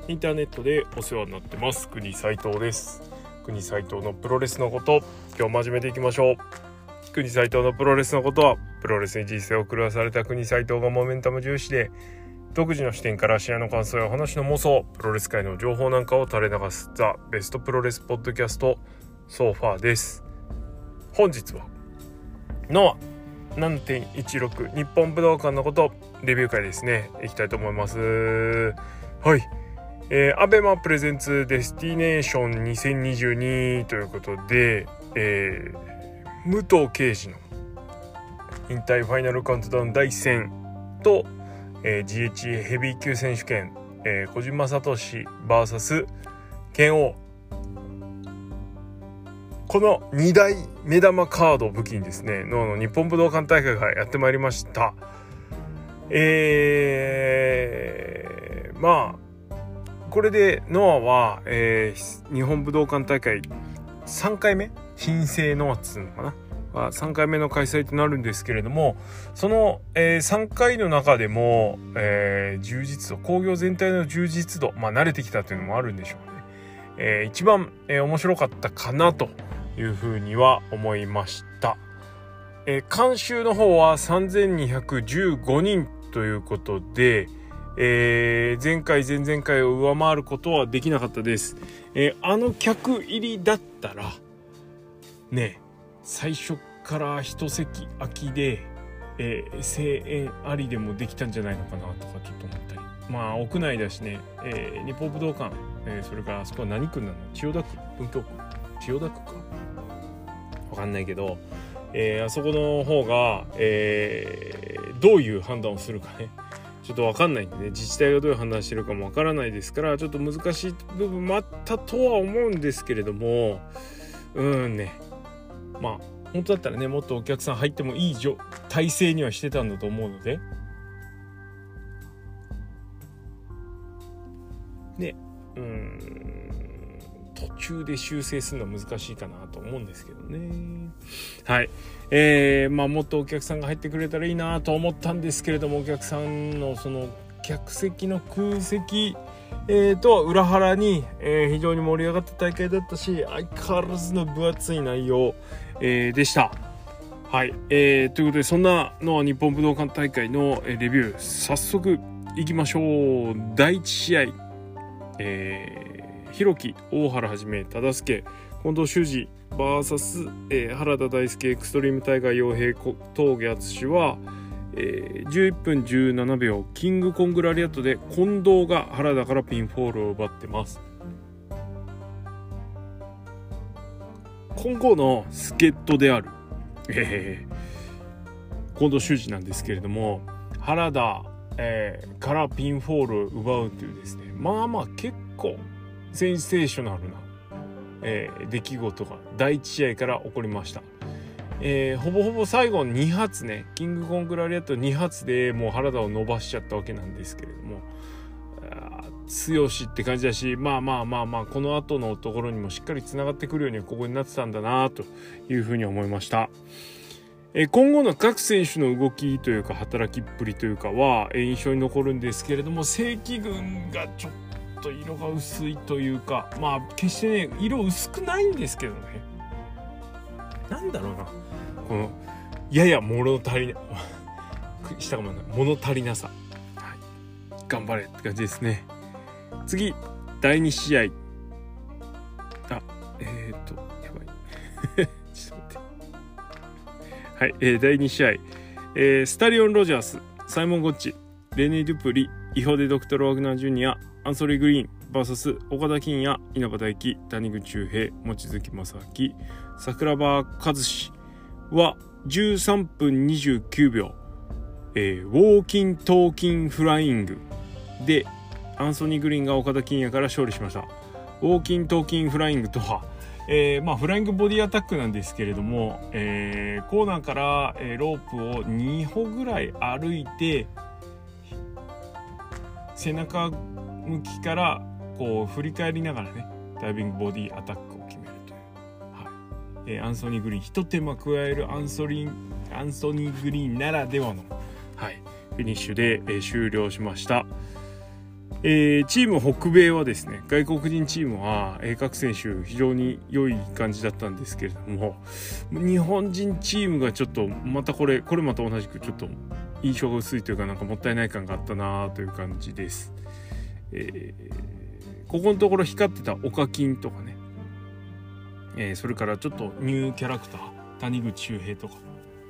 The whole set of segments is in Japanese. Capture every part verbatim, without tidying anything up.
インターネットでお世話になってます国斉藤です。国斉藤のプロレスのこと、今日も始めていきましょう。国斉藤のプロレスのことは、プロレスに人生を狂わされた国斉藤がモメンタム重視で独自の視点から試合の感想や話の妄想、プロレス界の情報なんかを垂れ流すザ・ベストプロレスポッドキャストソーファーです。本日はノア ななてんいちろく 日本武道館のことレビュー会ですね、いきたいと思います。はい、えー、アベマプレゼンツデスティネーションにせんにじゅうにということで、えー、武藤敬司の引退ファイナルカウントダウンだいいっ戦と、えー、ジーエイチエー ヘビー級選手権、えー、小島聡 ブイエス 拳王、このに大目玉カードを武器にですね、ノアの日本武道館大会がやってまいりました。えー、まあこれでノアは、えー、日本武道館大会さんかいめ、新生ノアっつうのかなはさんかいめの開催となるんですけれども、その、えー、さんかいの中でも、えー、充実度、興行全体の充実度、まあ慣れてきたというのもあるんでしょうね。えー、一番、えー、面白かったかなというふうには思いました。えー、観衆の方はさんぜんにひゃくじゅうごにんということで、えー、前回前々回を上回ることはできなかったです。えー、あの客入りだったらね、最初から一席空きで、えー、声援ありでもできたんじゃないのかなとかちょっと思ったり、まあ屋内だしね、えー、日本武道館、えー、それからあそこは何区なの、千代田区、文京区、千代田区かわかんないけど、えー、あそこの方が、えー、どういう判断をするかね、ちょっと分かんないんでね、自治体がどういう判断してるかも分からないですから、ちょっと難しい部分もあったとは思うんですけれども、うーんね、まあ本当だったらね、もっとお客さん入ってもいい体制にはしてたんだと思うのでね、うーん途中で修正するのは難しいかなと思うんですけどね。はい、えー、まあもっとお客さんが入ってくれたらいいなと思ったんですけれども、お客さんのその客席の空席、えー、とは裏腹に、えー、非常に盛り上がった大会だったし、相変わらずの分厚い内容、えー、でした。はい、えー、ということで、そんなの日本武道館大会のレビュー早速いきましょう。だいいち試合、えーひろき、大原はじめ、忠助、近藤修二 ブイエス、えー、原田大輔、エクストリームタイガー陽平、峠敦は、えー、じゅういっぷんじゅうななびょうキングコングラリアットで近藤が原田からピンフォールを奪ってます。今後の助っ人である、えー、近藤修二なんですけれども、原田、えー、からピンフォールを奪うというですね、まあまあ結構センセーショナルな、えー、出来事がだいいち試合から起こりました。えー、ほぼほぼ最後に発ね、キングコングラリアットに発でもう原田を伸ばしちゃったわけなんですけれども、強しって感じだし、まあまあまあまあこの後のところにもしっかりつながってくるようにここになってたんだなというふうに思いました。えー、今後の各選手の動きというか働きっぷりというかは、えー、印象に残るんですけれども、正規軍がちょっとと色が薄いというか、まあ決してね色薄くないんですけどね、なんだろうな、このやや物足りなしたかもな物足りなさ、はい、頑張れって感じですね。次だいに試合、あえー、っとやばいちょっと待って、はい、えー、だいに試合、えー、スタリオン・ロジャース、サイモン・ゴッチ、レネ・デュプリ、イホデ・ドクトル・ワグナー・ジュニア、アンソリー・グリーン ブイエス 岡田金也、稲葉大輝、谷口周平、望月正明、桜庭和志はじゅうさんぷんにじゅうきゅうびょう、えー、ウォーキン・トーキン・フライングでアンソニー・グリーンが岡田金也から勝利しました。ウォーキン・トーキン・フライングとは、えーまあ、フライングボディアタックなんですけれども、えー、コーナーから、えー、ロープをにほぐらい歩いて背中向きからこう振り返りながらね、ダイビングボディアタックを決めるという、はいえー、アンソニー・グリーン一手間加えるアンソリンアンソニー・グリーンならではの、はい、フィニッシュで、えー、終了しました。 えー、チーム北米はですね、外国人チームは、えー、各選手非常に良い感じだったんですけれども、日本人チームがちょっとまたこれこれまた同じくちょっと印象が薄いというか、なんかもったいない感があったなという感じです。えー、ここのところ光ってたオカキンとかね、えー、それからちょっとニューキャラクター谷口周平とか、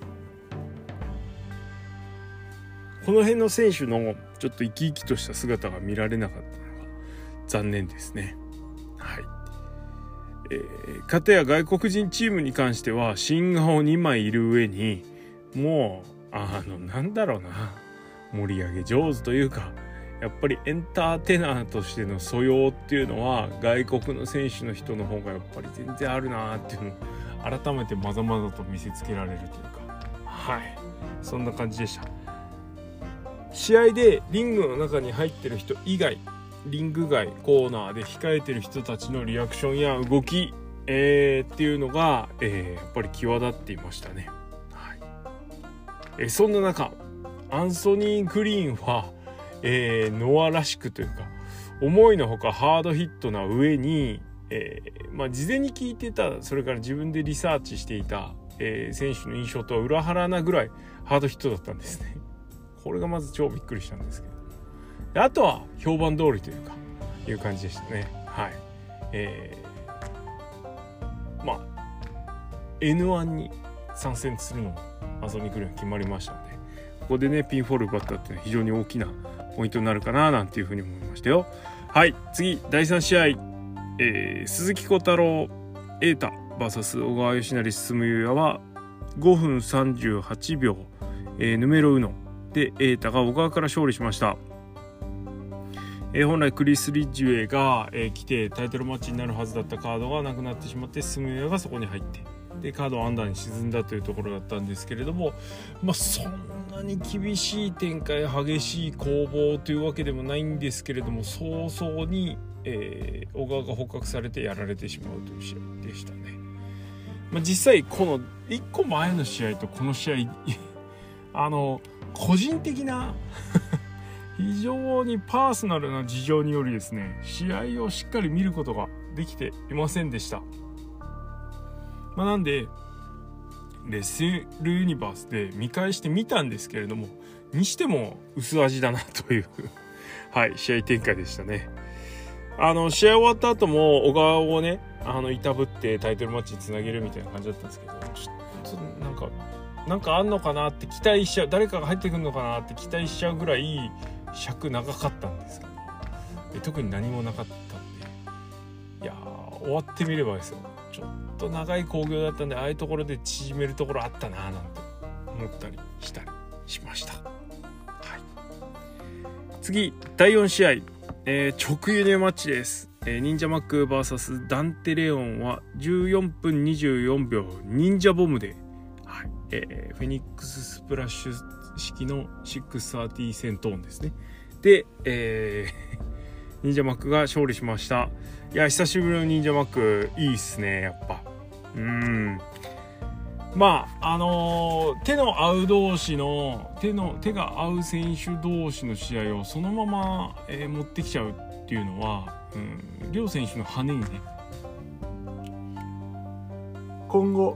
この辺の選手のちょっと生き生きとした姿が見られなかったのが残念ですね。はい。えー、かたや外国人チームに関しては新顔にまいいる上に、もうあのなんだろうな、盛り上げ上手というか、やっぱりエンターテイナーとしての素養っていうのは外国の選手の人の方がやっぱり全然あるなっていうのを改めてまざまざと見せつけられるというか、はい、そんな感じでした。試合でリングの中に入ってる人以外、リング外コーナーで控えてる人たちのリアクションや動き、えー、っていうのが、えー、やっぱり際立っていましたね。はい。えー、そんな中アンソニー・グリーンは、えー、ノアらしくというか、思いのほかハードヒットな上に、えーまあ、事前に聞いてた、それから自分でリサーチしていた、えー、選手の印象とは裏腹なぐらいハードヒットだったんですね。これがまず超びっくりしたんですけど、あとは評判通りというかいう感じでしたね。はい。えー、まあ エヌワン に参戦するのもアンソニー・グリーンが決まりましたので、ここでねピンフォール奪ったっていうのは非常に大きなポイントになるかななんていうふうに思いましたよ。はい、次だいさん試合、えー、鈴木小太郎瑛太 ブイエス 小川義成進優也はごふんさんじゅうはちびょう、えー、ヌメロウノで瑛太が小川から勝利しました。えー、本来クリス・リッジウェイが、えー、来てタイトルマッチになるはずだったカードがなくなってしまって、進優也がそこに入ってでカードアンダーに沈んだというところだったんですけれども、まあそんなに厳しい展開、激しい攻防というわけでもないんですけれども、早々に、えー、小川が捕獲されてやられてしまうという試合でしたね。まあ、実際このいっこまえの試合とこの試合あの個人的な非常にパーソナルな事情によりですね、試合をしっかり見ることができていませんでした。まあ、なんでレッスルユニバースで見返してみたんですけれども、にしても薄味だなというはい試合展開でしたね。あの試合終わった後も小川をね、あのいたぶってタイトルマッチにつなげるみたいな感じだったんですけど、ちょっとなんかなんかあんのかなって期待しちゃう、誰かが入ってくるのかなって期待しちゃうぐらい尺長かったんですけど、え特に何もなかったんで、いやー終わってみればですよ、ちょっと長い興行だったんで、ああいうところで縮めるところあったななんて思ったりしたりしました。はい、次だいよん試合、えー、直輸入マッチです。えー、忍者マック ブイエス ダンテレオンはじゅうよんぷんにじゅうよんびょう忍者ボムで、はいえー、フェニックススプラッシュ式のろくひゃくさんじゅう戦闘音ですね。で、えー、忍者マックが勝利しました。いや久しぶりの忍者マックいいっすね。やっぱうーんまああのー、手の合う同士の手の手が合う選手同士の試合をそのまま、えー、持ってきちゃうっていうのは、うん、両選手の羽にね、今後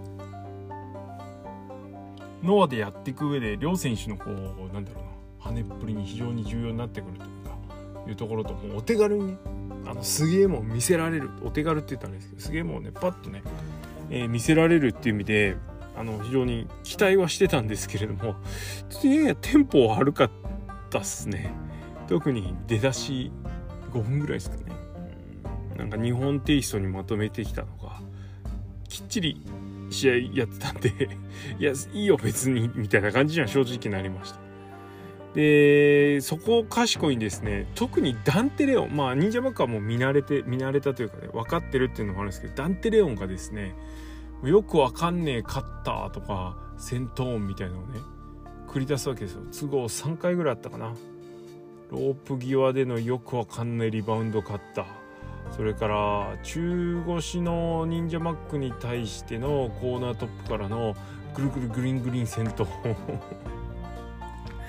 ノアでやっていく上で両選手のこうなんだろうな、羽っぷりに非常に重要になってくるというかいうところと、もうお手軽にね、あのすげえもん見せられる、お手軽って言ったらあれですけど、すげえもんねパッとね、えー、見せられるっていう意味で、あの非常に期待はしてたんですけれども、ちょっとややテンポ悪かったっすね。特に出だしごふんぐらいですかね。なんか日本テイストにまとめてきたのがきっちり試合やってたんでいやいいよ別にみたいな感じには正直なりました。でそこを賢いんですね。特にダンテレオン、まあ忍者バックはもう見慣れて見慣れたというかね、分かってるっていうのもあるんですけど、ダンテレオンがですね、よくわかんねえカッターとか戦闘音みたいなのをね繰り出すわけですよ。都合さんかいぐらいあったかな。ロープ際でのよくわかんないリバウンドカッター、それから中腰の忍者マックに対してのコーナートップからのぐるぐるグリングリン戦闘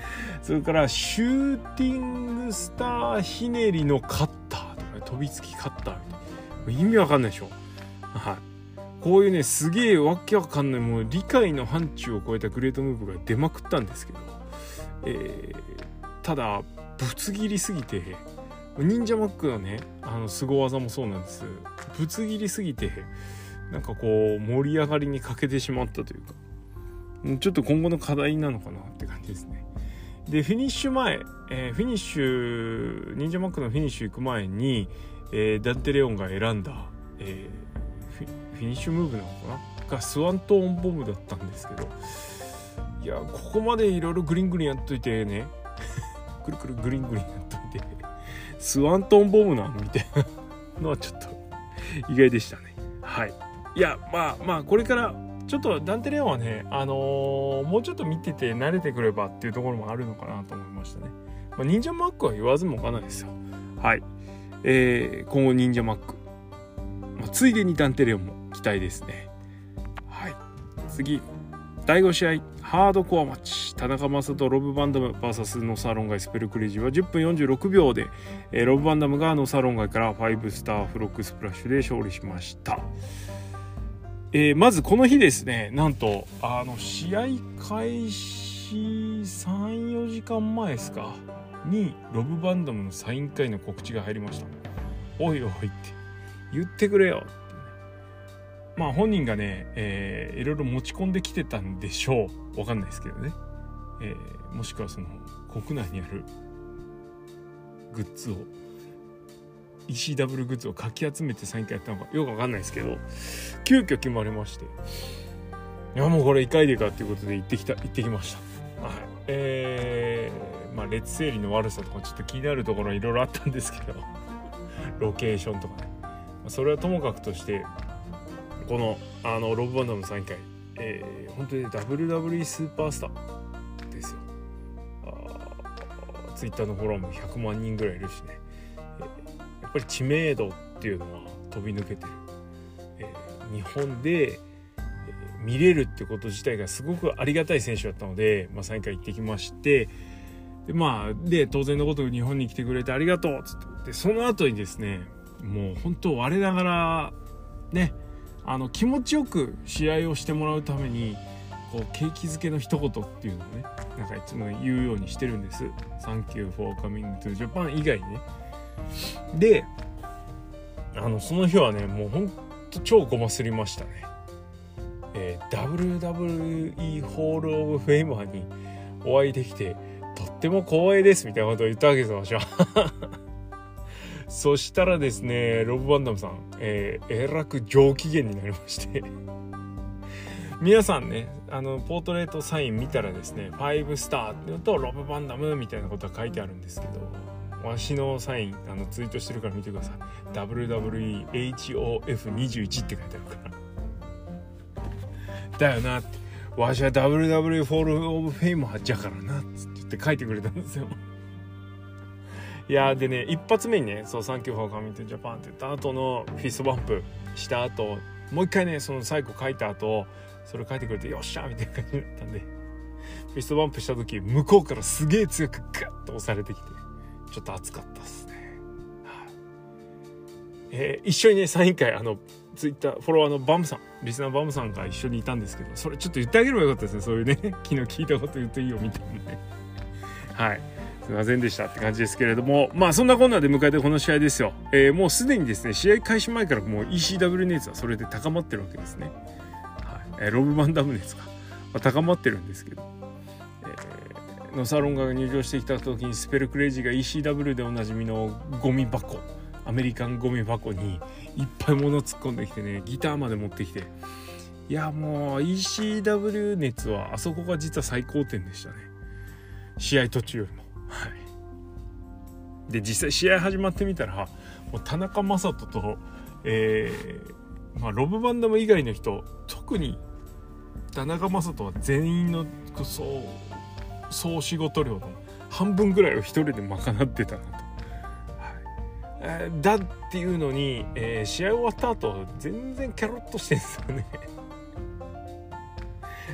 それからシューティングスターひねりのカッターとか、ね、飛びつきカッターみたいな、意味わかんないでしょ。はい、こういうねすげえわけわかんない、もう理解の範疇を超えたグレートムーブが出まくったんですけど、えー、ただぶつ切りすぎて、忍者マックのねあの凄技もそうなんです。ぶつ切りすぎてなんかこう盛り上がりに欠けてしまったというか、ちょっと今後の課題なのかなって感じですね。でフィニッシュ前、えー、フィニッシュ忍者マックのフィニッシュ行く前に、えー、ダンテレオンが選んだ、えー、フ, ィフィニッシュムーブなのかながスワントーンボムだったんですけど、いやここまでいろいろグリングリンやっといてねくるくるグリングリンやっといてスワントーンボムなのみたいなのはちょっと意外でしたね。はい、いやまあまあこれからちょっとダンテレオンはね、あのー、もうちょっと見てて慣れてくればっていうところもあるのかなと思いましたね。まあ、忍者マックは言わずもがないですよ。はい、えー、今後忍者マック、まあ、ついでにダンテレオンも期待ですね。はい、次だいご試合ハードコアマッチ、田中将人ロブ・バンダム ブイエス ノサロンガイスペルクレイジーはじゅっぷんよんじゅうろくびょうで、えー、ロブ・バンダムがノサロンガイからごスターフロックスプラッシュで勝利しました。えー、まずこの日ですね、なんとあの試合開始 さんよじかんまえですかにロブ・バンダムのサイン会の告知が入りました。おいおいって言ってくれよって、ね、まあ本人がね、えー、いろいろ持ち込んできてたんでしょう、わかんないですけどね、えー、もしくはその国内にあるグッズを イーシーダブリュー グッズをかき集めてサイン会やったのかよくわかんないですけど、急遽決まりまして、いやもうこれいかいでかっていうことで行ってきた行ってきました。はい、えー、まあ列整理の悪さとかちょっと気になるところはいろいろあったんですけどロケーションとかね、それはともかくとして、このあのロブ・バンダムのサイン会、えー、本当に ダブリューダブリューイー スーパースターですよ。ツイッターのフォロワーもひゃくまんにんぐらいいるしね、えー、やっぱり知名度っていうのは飛び抜けてる、えー、日本で、えー、見れるってこと自体がすごくありがたい選手だったので、まあ、サイン会行ってきまして、でまあで当然のこと日本に来てくれてありがとうっつって、でその後にですね、もう本当我ながらね、あの気持ちよく試合をしてもらうためにこう景気づけの一言っていうのをね、なんかいつも言うようにしてるんです。 Thank you for coming to Japan 以外にね。であのその日はね、もうほんと超ごますりましたね。えー、ダブリューダブリューイー ホールオブフェイマーにお会いできてとっても光栄ですみたいなことを言ったわけですよ、私はそしたらですね、ロブ・バンダムさん、えー、えらく上機嫌になりまして皆さんね、あのポートレートサイン見たらですね、ごスターっていうのとロブ・バンダムみたいなことが書いてあるんですけど、わしのサインあのツイートしてるから見てください。 ダブリューダブリューイー エイチオーエフにじゅういち って書いてあるからだよなって、わしは ダブリューダブリュー ホールオブフェイマーじゃからなっつって書いてくれたんですよ。いやでね、一発目にね、そうサンキューフォーカミングトゥジャパンって言った後のフィストバンプした後、もう一回ねその最後書いた後それ書いてくれてよっしゃみたいな感じになったんで、フィストバンプした時向こうからすげえ強くガッと押されてきてちょっと熱かったですね。はい、えー、一緒にねサイン会、あのツイッターフォロワーのバムさん、リスナーバムさんが一緒にいたんですけど、それちょっと言ってあげればよかったですね。そういうね、昨日聞いたこと言っていいよみたいなねはい、すいませんでしたって感じですけれども、まあそんなこんなで迎えたこの試合ですよ。えー、もうすでにですね、試合開始前からもう イーシーダブリュー 熱はそれで高まってるわけですね。はい、えー、ロブ・バンダム熱が、まあ、高まってるんですけど、えー、ノサロンガが入場してきた時にスペルクレイジーが イーシーダブリュー でおなじみのゴミ箱、アメリカンゴミ箱にいっぱい物突っ込んできてね、ギターまで持ってきて、いやもう イーシーダブリュー 熱はあそこが実は最高点でしたね、試合途中よりも。はい、で実際試合始まってみたら、もう田中将人と、えーまあ、ロブ・バンダム以外の人、特に田中将人は全員の総総仕事量の半分ぐらいを一人で賄ってたなと、はいえー、だっていうのに、えー、試合終わった後全然キャロッとしてるんですよね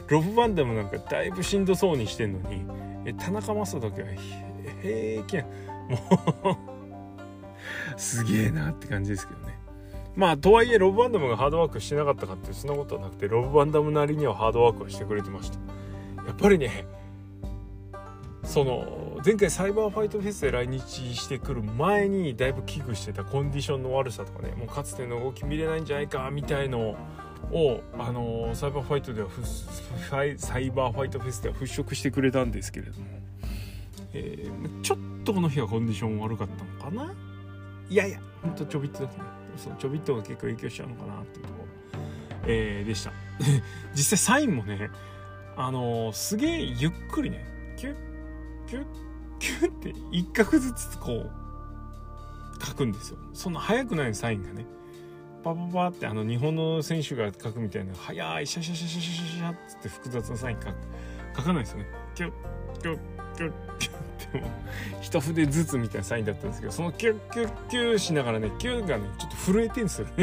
ロブ・バンダムなんかだいぶしんどそうにしてんのに、え田中将大は平気やもうすげえなって感じですけどね。まあとはいえロブ・バンダムがハードワークしてなかったかってそんなことはなくて、ロブ・バンダムなりにはハードワークはしてくれてました。やっぱりね、その前回サイバーファイトフェスで来日してくる前にだいぶ危惧してたコンディションの悪さとかね、もうかつての動き見れないんじゃないかみたいのを、あのー、サイバーファイトではフサイバーファイトフェスでは払拭してくれたんですけれども、えー、ちょっとこの日はコンディション悪かったのかな。いやいやほんとちょびっとだけね、そのちょびっとが結構影響しちゃうのかなっていうところ、えー、でした実際サインもね、あのー、すげえゆっくりね、キュッキュッキュッって一画ずつこう書くんですよ。そんな速くないサインがね、パパパってあの日本の選手が書くみたいな速いシャシャシャシャシャシャシャって複雑なサイン書く書かないですよね。キュッキュッキュッキュッっても一筆ずつみたいなサインだったんですけど、そのキュッキュッキュッしながらね、キュッがねちょっと震えてんですよね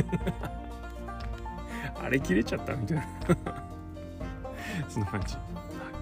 あれ切れちゃったみたいなそんな感じ、はい、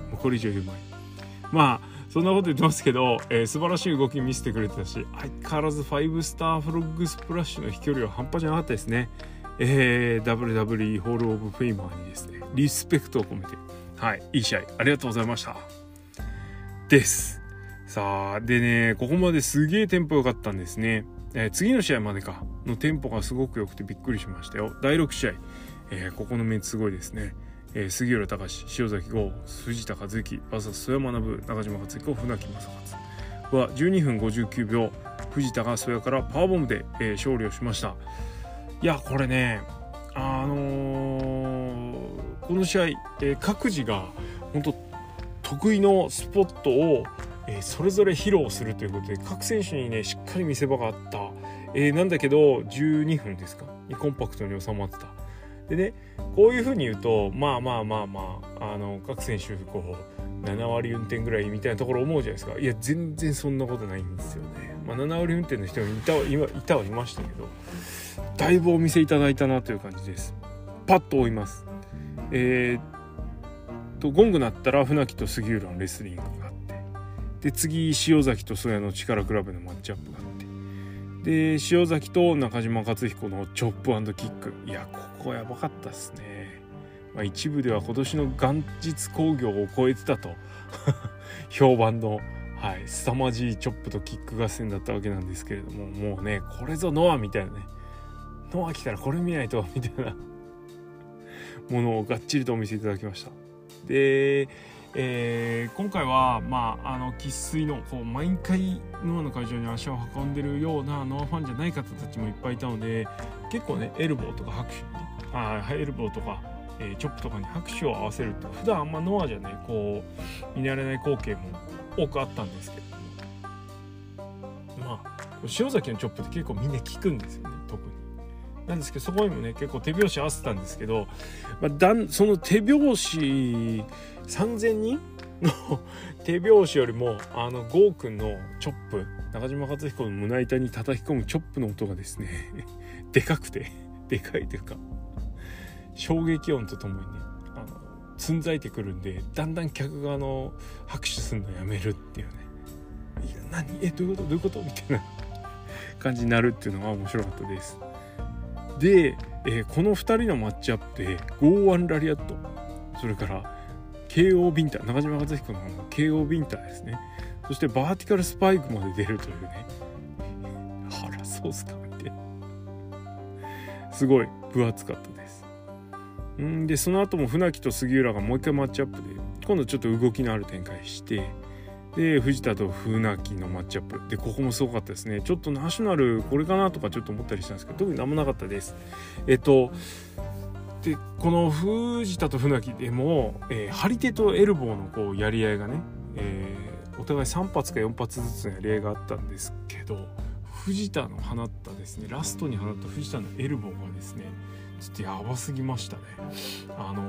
もうこれ以上言う前まあそんなこと言ってますけど、えー、素晴らしい動き見せてくれてたし、相変わらずファイブスターフロッグスプラッシュの飛距離は半端じゃなかったですね。えー、ダブリューダブリューイー ホールオブフェイマーにですねリスペクトを込めて、はい、いい試合ありがとうございましたです。さあでね、ここまですげえテンポ良かったんですね。えー、次の試合までかのテンポがすごく良くてびっくりしましたよ。だいろく試合、えー、ここのメンツすごいですね。えー、杉浦隆、塩崎豪、藤田和之 ブイエス 曽山学、中島克彦、船木正勝はじゅうにふんごじゅうきゅうびょう、藤田が曽谷からパワーボムで、えー、勝利をしました。いやこれね、あのー、この試合、えー、各自が本当得意のスポットを、えー、それぞれ披露するということで、各選手にねしっかり見せ場があった、えー、なんだけどじゅうにふんですかにコンパクトに収まってた。でね、こういう風に言うとまあまあまあまあ、あの各選手こうななわり運転ぐらいみたいなところ思うじゃないですか。いや全然そんなことないんですよね。まあ、ななわり運転の人もいたはいたはいましたけど、だいぶお見せいただいたなという感じです。パッと追います。えー、とゴング鳴ったら船木と杉浦のレスリングがあって、で次塩崎と曽谷の力比べのマッチアップがあって、で塩崎と中島克彦のチョップ&キック、いやここやばかったですね。まあ、一部では今年の元日工業を超えてたと評判の、はい、凄まじいチョップとキック合戦だったわけなんですけれども、もうねこれぞノアみたいなね、ノア来たらこれ見ないとみたいなものをがっちりとお見せいただきました。で、えー、今回はまああの生粋のこう毎回ノアの会場に足を運んでるようなノアファンじゃない方たちもいっぱいいたので、結構ねエルボーとか拍手に、あエルボーとか、えー、チョップとかに拍手を合わせるって普段あんまノアじゃねこう見慣れない光景も多くあったんですけれども、まあ塩崎のチョップって結構みんな聞くんですよね、特に。なんですけどそこにもね結構手拍子合わせたんですけど、まあ、だんその手拍子さんぜんにんの手拍子よりもあのゴーくんのチョップ、中島克彦の胸板に叩き込むチョップの音がですねでかくてでかいというか衝撃音とともにねあのつんざいてくるんで、だんだん客があの拍手するのやめるっていうね、いや何えどういうことどういうことみたいな感じになるっていうのが面白かったです。で、えー、このふたりのマッチアップでゴーワンラリアット、それから ケーオー ビンタ、中島克彦の ケーオー ビンタですね、そしてバーティカルスパイクまで出るというね、あらそうっすかみたいな、すごい分厚かったです。んでその後も船木と杉浦がもう一回マッチアップで今度ちょっと動きのある展開して、で藤田と船木のマッチアップで、ここもすごかったですね。ちょっとナショナルこれかなとかちょっと思ったりしたんですけど、特に何もなかったです。えっとでこの藤田と船木でも、えー、張り手とエルボーのこうやり合いがね、えー、お互いさんぱつかよんぱつずつのやり合いがあったんですけど、藤田の放ったですね、ラストに放った藤田のエルボーがですねちょっとやばすぎましたね。あの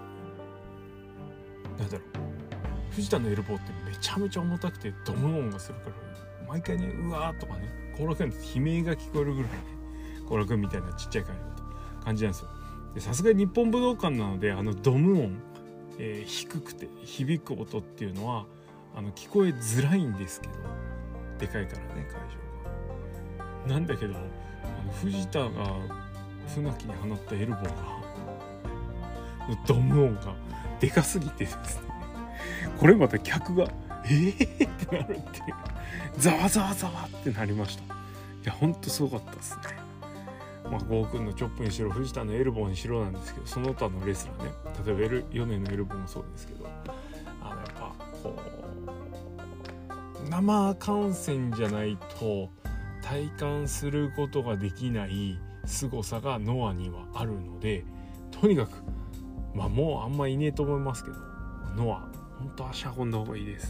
なんだろう、藤田のエルボーってめちゃめちゃ重たくてドム音がするから毎回ねうわーとかね、後楽園って悲鳴が聞こえるぐらいね、後楽園みたいなちっちゃい感じなんですよ。さすがに日本武道館なのであのドム音、 えー、低くて響く音っていうのはあの聞こえづらいんですけど、でかいからね会場が。なんだけどあの藤田が船木に放ったエルボーがドム音がでかすぎてですね、これまた客がえーってなるっていう、ざわざわざわってなりました。いやほんとすごかったですね。まあゴーくんのチョップにしろ藤田のエルボーにしろなんですけど、その他のレスラーね、例えばエルヨネのエルボーもそうですけど、あのやっぱこう生観戦じゃないと体感することができない凄さがノアにはあるので、とにかくまあもうあんまいねえと思いますけど、ノアほんと足運んだ方がいいです。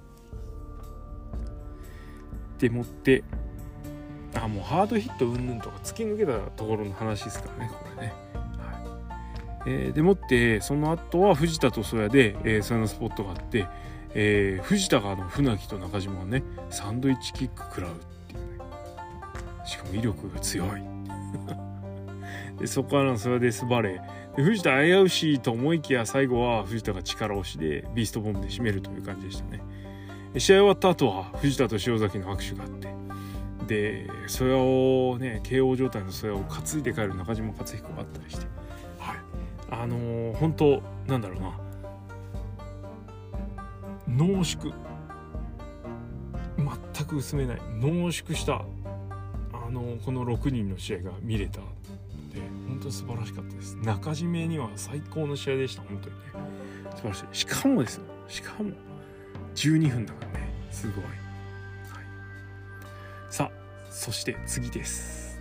でもってあもうハードヒットうんぬんとか突き抜けたところの話ですからねこれね、はいえー、でもってその後は藤田と曽谷で、えー、そのスポットがあって、えー、藤田があの船木と中島がねサンドイッチキック食らうっていうね、しかも威力が強いでそこからの曽谷でスバレーで藤田危うしと思いきや最後は藤田が力押しでビーストボムで締めるという感じでしたね。試合終わった後は藤田と塩崎の握手があって、で曽谷をね ケーオー 状態の曽谷を担いで帰る中島克彦があったりして、はい、あのー、本当なんだろうな、濃縮全く薄めない濃縮したあのー、このろくにんの試合が見れたので本当に素晴らしかったです。中締めには最高の試合でした。本当にね素晴らしい。しかもですよしかもじゅうにふんだからねすごい、はい、さあそして次です。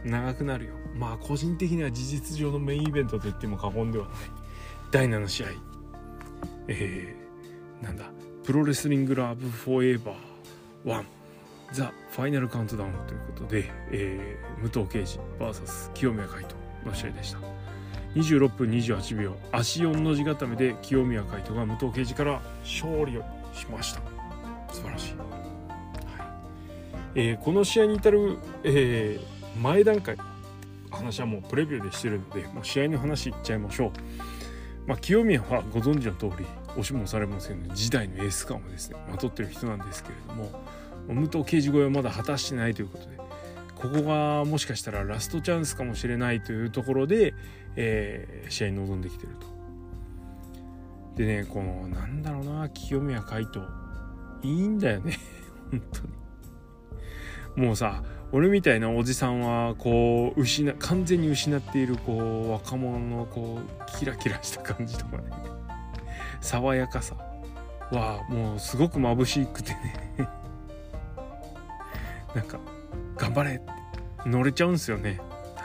長くなるよ。まあ個人的には事実上のメインイベントと言っても過言ではないだいなな試合、えー、なんだプロレスリングラブフォーエバーワンザ・ファイナルカウントダウンということで、えー、武藤敬司 ブイエス 清宮海斗の試合でした。にじゅうろっぷんにじゅうはちびょう足よんの字固めで清宮海斗が武藤敬司から勝利をしました。素晴らしい、はいえー、この試合に至る、えー、前段階話はもうプレビューでしてるのでもう試合の話いっちゃいましょう。まあ、清宮はご存知の通り押しもされませんの時代のエース感をですねまとってる人なんですけれども、武藤敬司超えはまだ果たしてないということで、ここがもしかしたらラストチャンスかもしれないというところで、えー、試合に臨んできてると。でねこのなんだろうな清宮海斗いいんだよね本当に。もうさ俺みたいなおじさんはこう失完全に失っているこう若者のこうキラキラした感じとかね爽やかさはもうすごく眩しくてねなんか頑張れって乗れちゃうんですよね。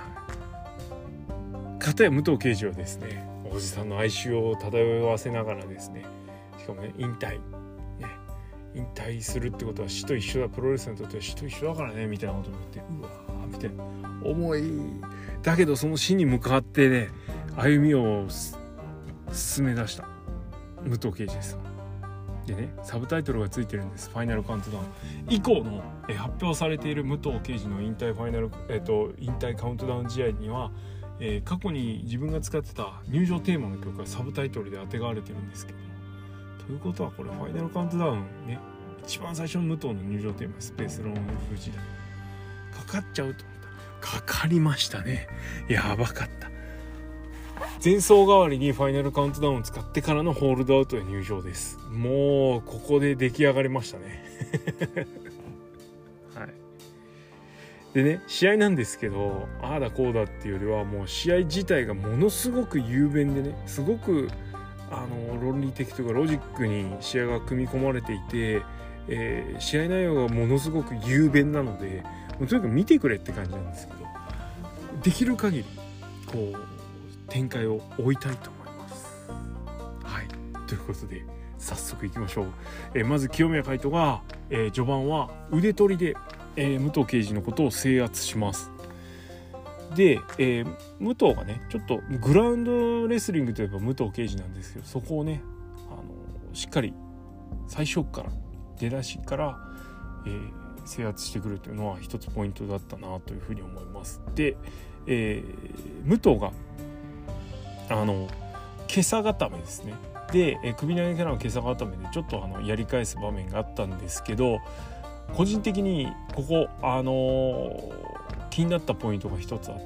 かたや武藤敬司はですねおじさんの哀愁を漂わせながらですね、しかもね引退ね引退するってことは死と一緒だ、プロレスにとっては死と一緒だからねみたいなことを言って、うわーみたいな重いだけどその死に向かってね歩みを進め出した武藤敬司です。でねサブタイトルがついてるんです。ファイナルカウントダウン以降のえ発表されている武藤敬司の引退ファイナル、えっと、引退カウントダウン試合には、えー、過去に自分が使ってた入場テーマの曲がサブタイトルで当てがわれてるんですけども、ということはこれファイナルカウントダウンね一番最初の武藤の入場テーマスペースロングフ時代かかっちゃうと思ったらかかりましたね。やばかった。前奏代わりにファイナルカウントダウンを使ってからのホールドアウトへ入場です。もうここで出来上がりましたねはいでね試合なんですけどああだこうだっていうよりはもう試合自体がものすごく雄弁でねすごくあの論理的というかロジックに試合が組み込まれていて、えー、試合内容がものすごく雄弁なのでもうとにかく見てくれって感じなんですけど、できる限りこう展開を追いたいと思います。はいということで早速いきましょう。えー、まず清宮海斗が、えー、序盤は腕取りで、えー、武藤敬司のことを制圧します。で、えー、武藤がねちょっとグラウンドレスリングといえば武藤敬司なんですけど、そこをねあのしっかり最初から出だしから、えー、制圧してくるというのは一つポイントだったなというふうに思います。で、えー、武藤があの袈裟固めですねで、えー、首投げからの袈裟固めでちょっとあのやり返す場面があったんですけど、個人的にここ、あのー、気になったポイントが一つあって、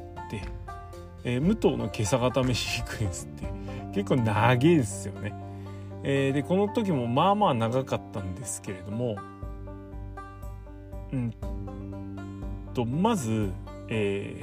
えー、武藤の袈裟固めシークエンスって結構長いんですよね。えー、でこの時もまあまあ長かったんですけれども、うんとまず、え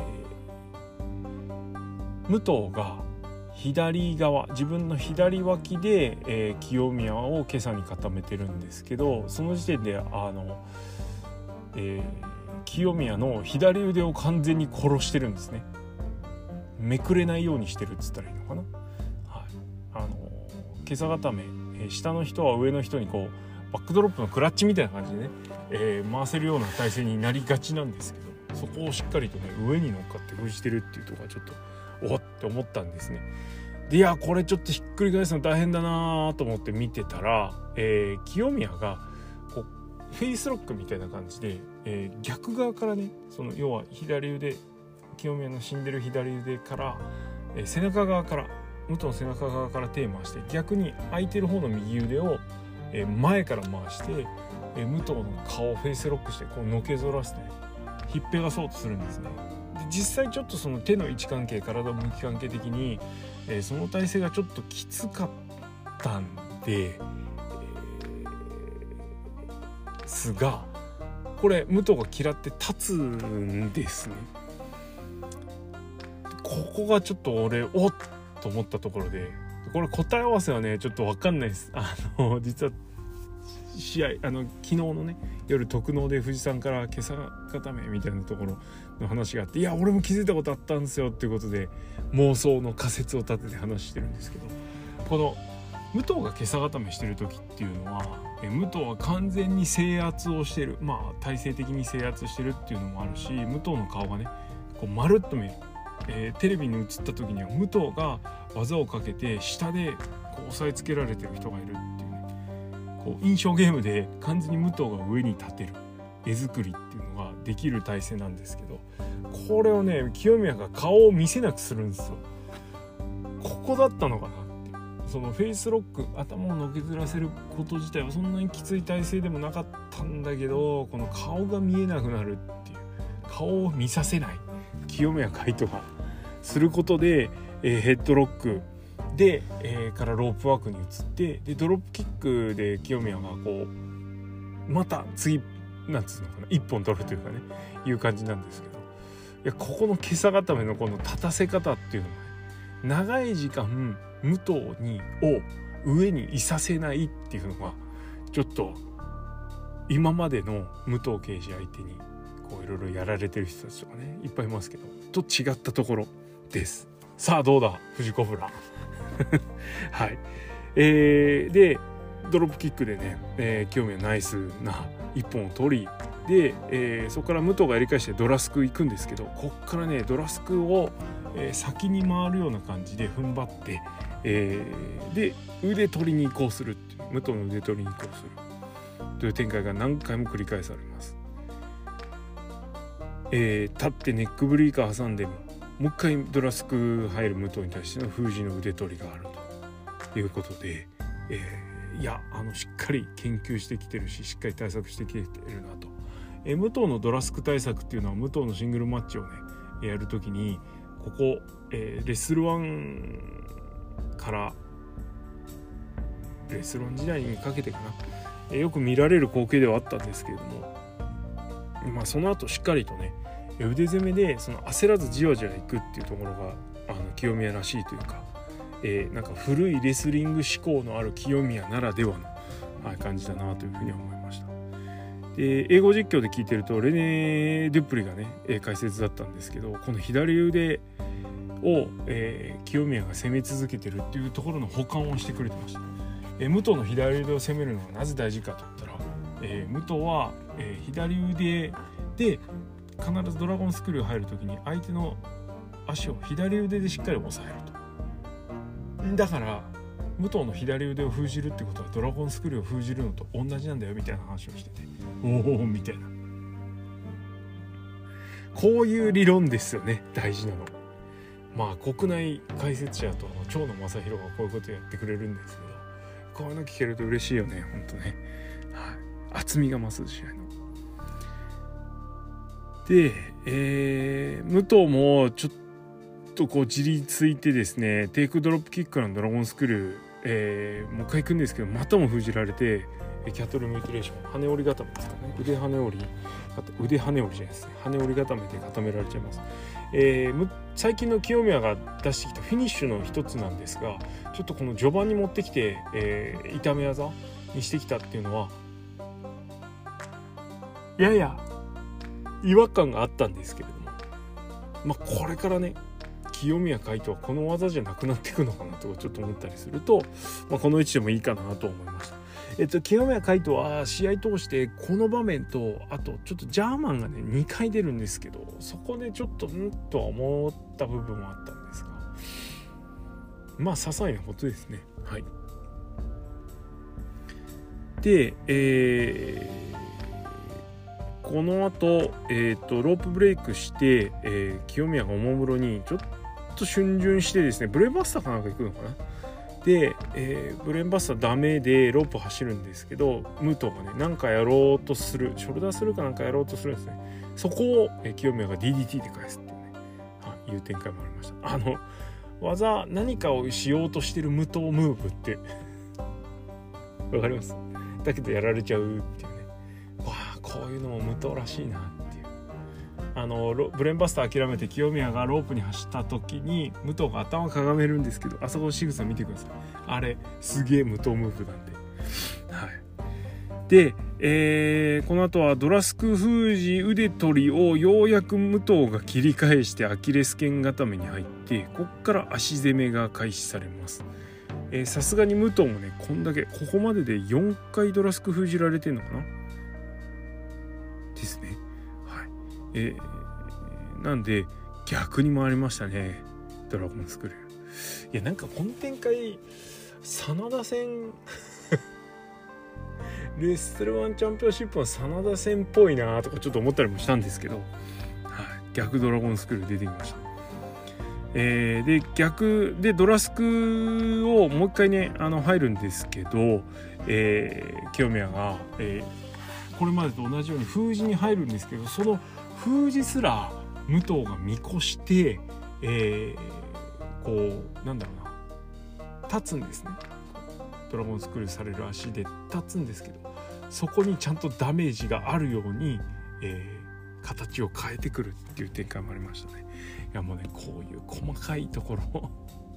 ー、武藤が左側、自分の左脇で、えー、清宮を袈裟に固めてるんですけど、その時点であの、えー、清宮の左腕を完全に殺してるんですね。めくれないようにしてるっつったらいいのかな。はい、あの袈裟固め、えー、下の人は上の人にこうバックドロップのクラッチみたいな感じでね、えー、回せるような体勢になりがちなんですけど、そこをしっかりとね上に乗っかって封じてるっていうところがちょっとおって思ったんですね。でいやこれちょっとひっくり返すの大変だなと思って見てたら、えー、清宮がこうフェイスロックみたいな感じで、えー、逆側からね、その要は左腕、清宮の死んでる左腕から、えー、背中側から武藤の背中側から手を回して、逆に空いてる方の右腕を、えー、前から回して、えー、武藤の顔をフェイスロックしてこうのけぞらせてひっぺがそうとするんですね。で実際ちょっとその手の位置関係、体の向き関係的に、えー、その体勢がちょっときつかったんで、えー、すがこれ武藤が嫌って立つんですね。ここがちょっと俺おっと思ったところで、これ答え合わせはねちょっと分かんないです。あの実は試合あの昨日のね夜特納で藤さんから袈裟固めみたいなところの話があって、いや俺も気づいたことあったんですよっていうことで妄想の仮説を立てて話してるんですけど、この武藤が袈裟固めしてる時っていうのは、え武藤は完全に制圧をしてる、まあ体制的に制圧してるっていうのもあるし、武藤の顔がねこう丸っと見える、えー、テレビに映った時には武藤が技をかけて下でこう押さえつけられてる人がいるっていうね、こう印象ゲームで完全に武藤が上に立てる絵作りっていうのができる体勢なんですけど、これをね清宮が顔を見せなくするんですよ。ここだったのかなっていう、そのフェイスロック、頭をのけずらせること自体はそんなにきつい体勢でもなかったんだけど、この顔が見えなくなるっていう、顔を見させない清宮海斗がすることで、えー、ヘッドロックで、えー、からロープワークに移って、でドロップキックで清宮がこうまた次なんつうのかな一本取るというかねいう感じなんですけど、いやここの袈裟固めのこの立たせ方っていうのは、ね、長い時間武藤にを上にいさせないっていうのがちょっと今までの武藤刑事相手にこういろいろやられてる人たちとかねいっぱいいますけどと違ったところです。さあどうだ藤子フラはい、えー、でドロップキックでね、えー、清宮ナイスな一本を取りで、えー、そこから武藤がやり返してドラスク行くんですけど、こっからねドラスクを、えー、先に回るような感じで踏ん張って、えー、で腕取りに移行するっていう、武藤の腕取りに移行するという展開が何回も繰り返されます。えー、立ってネックブリーカー挟んでももう一回ドラスク入る武藤に対しての封じの腕取りがあるということで、えー、いやあのしっかり研究してきてるししっかり対策してきてるなと、えー、武藤のドラスク対策っていうのは武藤のシングルマッチをねやるときにここ、えー、レスルワンからレスルワン時代にかけてかな、えー、よく見られる光景ではあったんですけれども、まあ、その後しっかりとね腕攻めでその焦らずじわじわいくっていうところがあの清宮らしいというか、えー、なんか古いレスリング思考のある清宮ならではの、はい、感じだなというふうに思いました。で英語実況で聞いてるとレネー・デュプリがね解説だったんですけど、この左腕を、えー、清宮が攻め続けてるっていうところの補完をしてくれてました。えー、武藤の左腕を攻めるのはなぜ大事かといったら、えー、武藤は、えー、左腕で必ずドラゴンスクリュー入るときに相手の足を左腕でしっかり押さえると。だから武藤の左腕を封じるってことはドラゴンスクリューを封じるのと同じなんだよみたいな話をしてて、おおみたいな、こういう理論ですよね大事なの。まあ国内解説者と長野正弘がこういうことをやってくれるんですけこういうの聞けると嬉しいよね、ほんとね。はい、厚みが増す試合の。で、えー、武藤もちょっとこうじりついてですね、テイクドロップキックのドラゴンスクリュー、えー、もう一回行くんですけど、またも封じられて、キャトルミューティレーション、羽織固めですかね、腕羽織腕羽織じゃないですね、羽織固めて固められちゃいます。えー、最近の清宮が出してきたフィニッシュの一つなんですが、ちょっとこの序盤に持ってきて、えー、痛め技にしてきたっていうのはやや違和感があったんですけれども、まあこれからね清宮海斗はこの技じゃなくなっていくのかなとかちょっと思ったりすると、まあ、この位置でもいいかなと思いました。えっと、清宮海斗は試合通してこの場面とあとちょっとジャーマンがねにかい出るんですけど、そこでちょっとんとは思った部分はあったんですが、まあ些細なことですね。はい。で、えー、この後、えー、とロープブレイクして、えー、清宮がおもむろにちょっと逡巡してですね、ブレーンバスターかなんか行くのかな。で、えー、ブレーンバスターダメでロープ走るんですけど、武藤がねなんかやろうとする、ショルダーするかなんかやろうとするんですね。そこを、えー、清宮が ディーディーティー で返すっていうね、はい、いう展開もありました。あの技何かをしようとしてる武藤ムーブってわかります？だけどやられちゃうっていうね、わあこういうのも武藤らしいなっていう。あのブレーンバスター諦めて清宮がロープに走った時に武藤が頭かがめるんですけど、あそこの仕草見てください。あれすげえ武藤ムーブなんで、はい。で、えー、この後はドラスク封じ腕取りをようやく武藤が切り返してアキレス腱固めに入って、こっから足攻めが開始されます。さすがに武藤もねこんだけここまででよんかいドラスク封じられてんのかなですね。はい。えー、なんで逆に回りましたね、ドラゴンスクリュー。いやなんかこの展開真田戦レストルワンチャンピオンシップの真田戦っぽいなとかちょっと思ったりもしたんですけど、はい、逆ドラゴンスクリュー出てきました。えー、で逆でドラスクをもう一回ねあの入るんですけど、えー、清宮が、えー、これまでと同じように封じに入るんですけど、その封じすら武藤が見越して、えー、こうなんだろうな立つんですね。ドラゴンスクリューされる足で立つんですけど、そこにちゃんとダメージがあるように、えー、形を変えてくるっていう展開もありましたね。いやもうねこういう細かいところ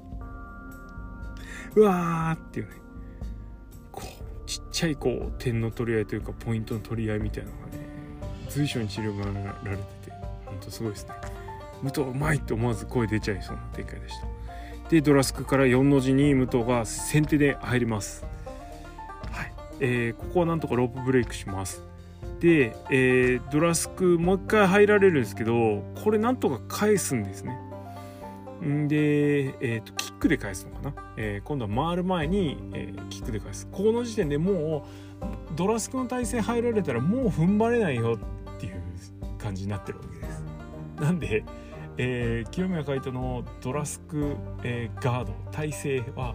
うわーっていうね、こうちっちゃいこう点の取り合いというかポイントの取り合いみたいなのがね随所に散りばられてて本当すごいですね。武藤うまいって思わず声出ちゃいそうな展開でした。でドラスクからよんの字に武藤が先手で入ります。はい、えー、ここはなんとかロープブレイクします。で、えー、ドラスクもう一回入られるんですけど、これなんとか返すんですね。んで、えーと、キックで返すのかな、えー、今度は回る前に、えー、キックで返す。この時点でもうドラスクの体勢入られたらもう踏ん張れないよっていう感じになってるわけです。なんで、えー、清宮海斗のドラスク、えー、ガード体勢は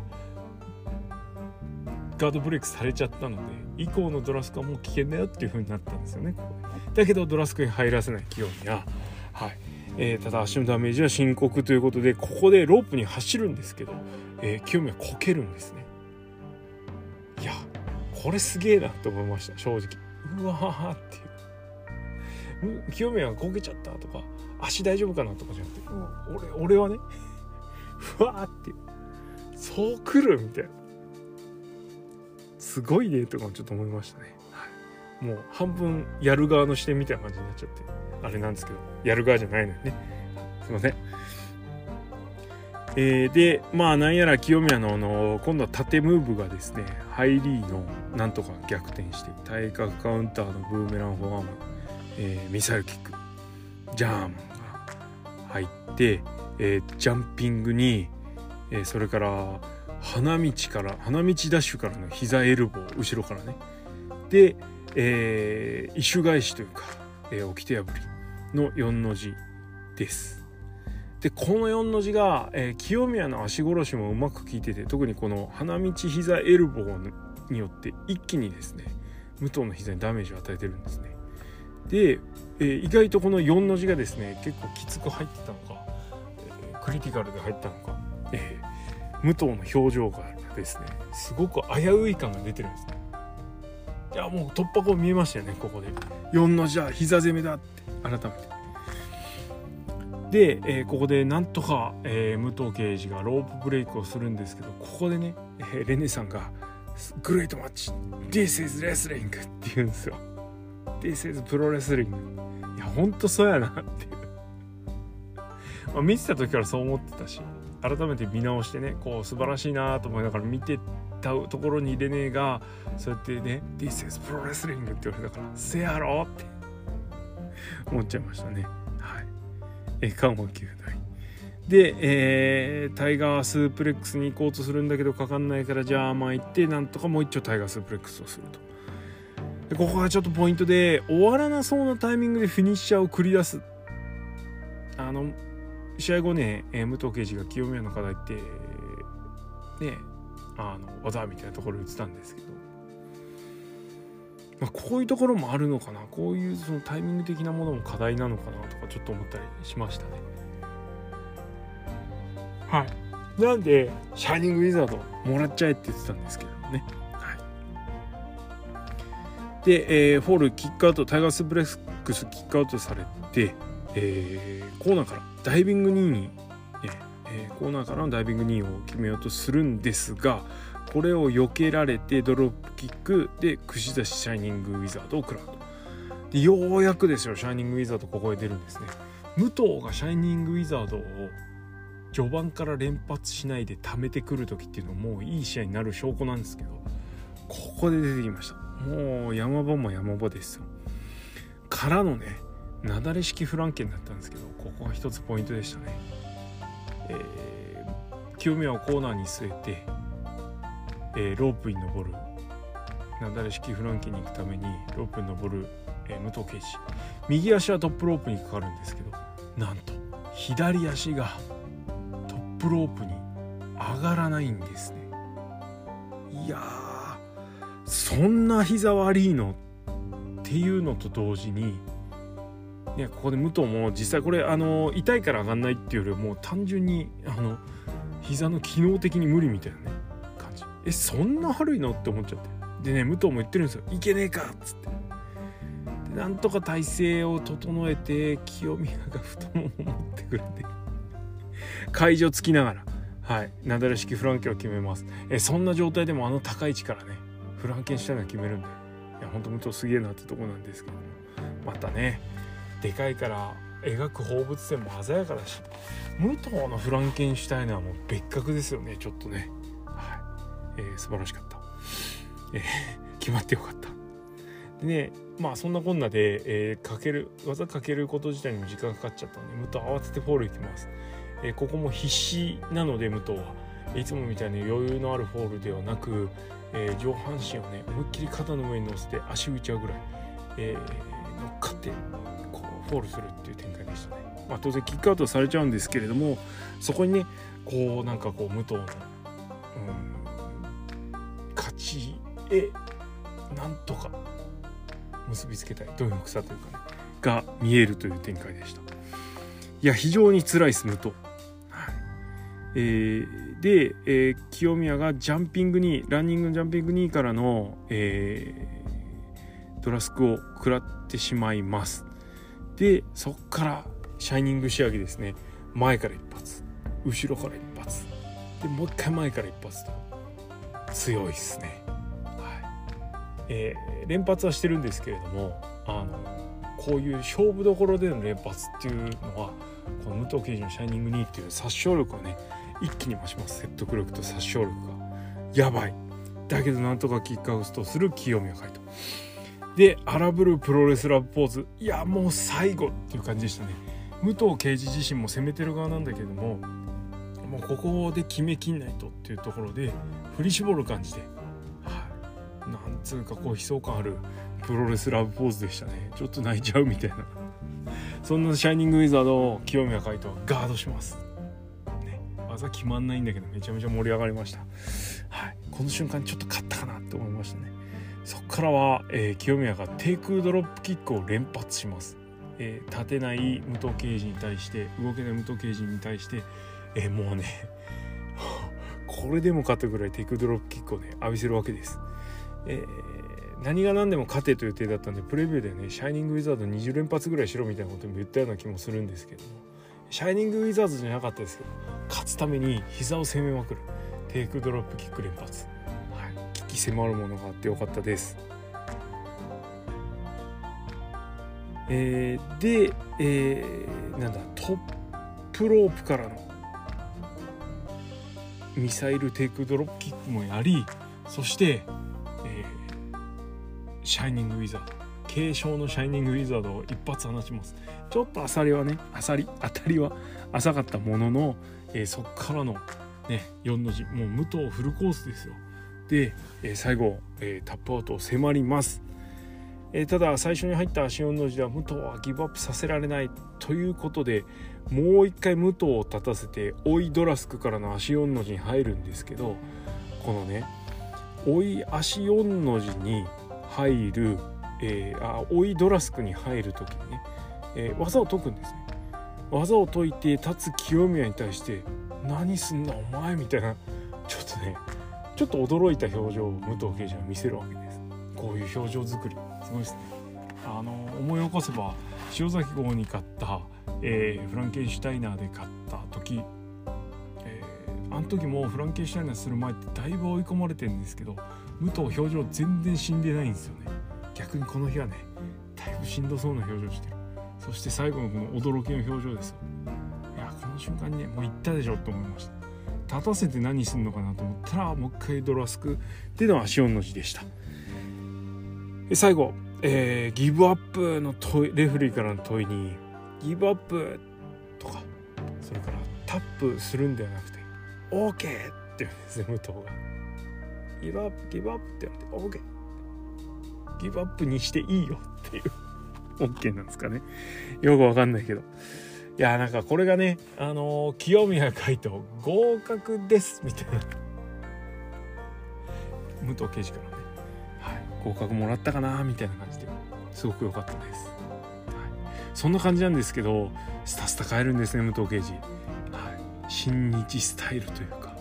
ガードブレイクされちゃったので以降のドラスクはもう危険だよっていう風になったんですよね。ここだけどドラスクに入らせない清宮、はい、えー、ただ足のダメージは深刻ということでここでロープに走るんですけど、えー、清宮こけるんですね。いやこれすげえなと思いました、正直。うわーっていう清宮がこけちゃったとか足大丈夫かなとかじゃなくて、俺俺はねふわーっていうそう来るみたいな、すごいねとかもちょっと思いましたね。はい、もう半分やる側の視点みたいな感じになっちゃってあれなんですけど、やる側じゃないのよね、すいません。えー、でまあなんやら清宮のあの今度は縦ムーブがですねハイリーのなんとか逆転して対角カウンターのブーメランフォアーム、えー、ミサイルキックジャーマンが入って、えー、ジャンピングに、えー、それから花道から花道ダッシュからの膝エルボー後ろからねで、えー、異種返しというか、えー、掟破りのよんの字です。 でこのよんの字が、えー、清宮の足殺しもうまく効いてて、特にこの花道膝エルボーによって一気にですね武藤の膝にダメージを与えてるんですね。で、えー、意外とこのよんの字がですね結構きつく入ってたのか、えー、クリティカルで入ったのか、えー、武藤の表情がですねすごく危うい感が出てるんですね。いやもう突破口見えましたよね。ここでよんの字は膝攻めだって改めてで、えー、ここでなんとか、えー、武藤敬司がロープブレイクをするんですけど、ここでね、えー、レネさんがグレートマッチ This is wrestling って言うんですよ。 This is プロレスリング。いやほんとそうやなっていうまあ見てた時からそう思ってたし、改めて見直してねこう素晴らしいなと思いながら見てたところにレネがそうやってね This is プロレスリングって言われたからせやろって思っちゃいましたね。はい、緩和球大で、えー、タイガースープレックスに行こうとするんだけどかかんないからジャーマン行ってなんとかもう一丁タイガースープレックスをすると。でここがちょっとポイントで終わらなそうなタイミングでフィニッシャーを繰り出す。あの試合後ね、えー、武藤敬司が清宮の課題ってねあの技みたいなところを言ってたんですけど、まあ、こういうところもあるのかな、こういうそのタイミング的なものも課題なのかなとかちょっと思ったりしましたね。はい、なんでシャイニングウィザードもらっちゃえって言ってたんですけどもね。はい、で、えー、フォールキックアウトタイガースブレックスキックアウトされて、えー、コーナーからダイビングニーに、えー、コーナーからのダイビングニーを決めようとするんですが、これを避けられてドロップキックで串刺しシャイニングウィザードを食らうと。でようやくですよシャイニングウィザードここへ出るんですね。武藤がシャイニングウィザードを序盤から連発しないで溜めてくる時っていうのもういい試合になる証拠なんですけど、ここで出てきました。もう山場も山場ですよ。からのねなだれ式フランケンだったんですけど、ここが一つポイントでしたね。えー、清宮をコーナーに据えて、えー、ロープに登るなだれ式フランケンに行くためにロープに登る、えー、武藤敬司、右足はトップロープにかかるんですけど、なんと左足がトップロープに上がらないんですね。いやーそんな膝悪いのっていうのと同時にね、ここで武藤も実際これあの痛いから上がんないっていうよりもう単純にあの膝の機能的に無理みたいなね感じ。えそんな悪いのって思っちゃって、でね武藤も言ってるんですよ、いけねえかっつって。でなんとか体勢を整えて清宮が太ももを持ってくれて会場つきながらはいなだれ式フランケンを決めます。えそんな状態でもあの高い位置からねフランケンしたいのは決めるんで、いや本当武藤すげえなってとこなんですけども、またねでかいから描く放物線も鮮やかだし、武藤のフランケンシュタイナーも別格ですよね。ちょっとね、はいえー、素晴らしかった、えー、決まってよかった。でねまあそんなこんなで、えー、かける技かけること自体にも時間がかかっちゃったので武藤慌ててフォール行きます。えー、ここも必死なので武藤はいつもみたいに余裕のあるフォールではなく、えー、上半身をね思いっきり肩の上に乗せて足浮いちゃうぐらい、えー、乗っかってこうフォールするっていう展開でしたね。まあ、当然キックアウトされちゃうんですけれども、そこにねこうなんかこう武藤の、うん、勝ちへなんとか結びつけたい貪欲さというかねが見えるという展開でした。いや非常に辛いです武藤、はいえー、で、えー、清宮がジャンピングにランニングのジャンピングにからの、えー、ドラスクを食らってしまいます。でそっからシャイニング仕上げですね。前から一発後ろから一発でもう一回前から一発と強いですね、はいえー、連発はしてるんですけれども、あのこういう勝負どころでの連発っていうのはこの武藤敬司のシャイニングにっていう殺傷力がね一気に増します。説得力と殺傷力がやばい。だけどなんとかキックアウトする清宮海斗で荒ぶるプロレスラーポーズ。いやもう最後っていう感じでしたね。武藤敬司自身も攻めてる側なんだけども、もうここで決めきんないとっていうところで振り絞る感じで、はい、なんつうかこう悲壮感あるプロレスラーポーズでしたね。ちょっと泣いちゃうみたいなそんなシャイニングウィザードを清宮海斗はガードします、ね、技決まんないんだけどめちゃめちゃ盛り上がりました。はい、この瞬間ちょっと勝ったかなって思いましたね。そこからは、えー、清宮が低空ドロップキックを連発します。えー、立てない武藤敬司に対して動けない武藤敬司に対して、えー、もうねこれでもかというぐらい低空ドロップキックをね浴びせるわけです。えー、何が何でも勝てという予定だったんでプレビューでねシャイニングウィザードにじゅう連発ぐらいしろみたいなことも言ったような気もするんですけども、シャイニングウィザードじゃなかったですけど勝つために膝を攻めまくる低空ドロップキック連発、はい、危機迫るものがあってよかったです。えー、で、えー、なんだトップロープからのミサイルテイクドロップキックもやり、そして、えー、シャイニングウィザード継承のシャイニングウィザードを一発放ちます。ちょっとあさりはねあさり当たりは浅かったものの、えー、そこからの、ね、よんの字もう武藤フルコースですよ。で、えー、最後、えー、タップアウトを迫ります。えー、ただ最初に入った足よんの字では武藤はギブアップさせられないということでもう一回武藤を立たせて追いドラスクからの足よんの字に入るんですけど、このね追い足よんの字に入る、えー、あ追いドラスクに入る時にね、えー、技を解くんですね。技を解いて立つ清宮に対して何すんだお前みたいなちょっとねちょっと驚いた表情を武藤敬司は見せるわけです。こういう表情作りすごいですね。あの思い起こせば塩崎号に勝った、えー、フランケンシュタイナーで勝った時、えー、あの時もフランケンシュタイナーする前ってだいぶ追い込まれてるんですけど武藤表情全然死んでないんですよね。逆にこの日はねだいぶしんどそうな表情してる。そして最後のこの驚きの表情ですよ。いやこの瞬間にねもういったでしょと思いました。立たせて何すんのかなと思ったらもう一回ドラスクっていうのは足よんの字でした。最後、えー、ギブアップの問いレフェリーからの問いにギブアップとかそれからタップするんではなくて OK って言うんですね。武藤がギブアップギブアップって言われて OK ギブアップにしていいよっていう OK なんですかねよくわかんないけど、いやなんかこれがねあのー、清宮海斗合格ですみたいな武藤敬司からね合格もらったかなみたいな感じですごく良かったです、はい、そんな感じなんですけどスタスタ変えるんですね武藤敬司、はい、新日スタイルというか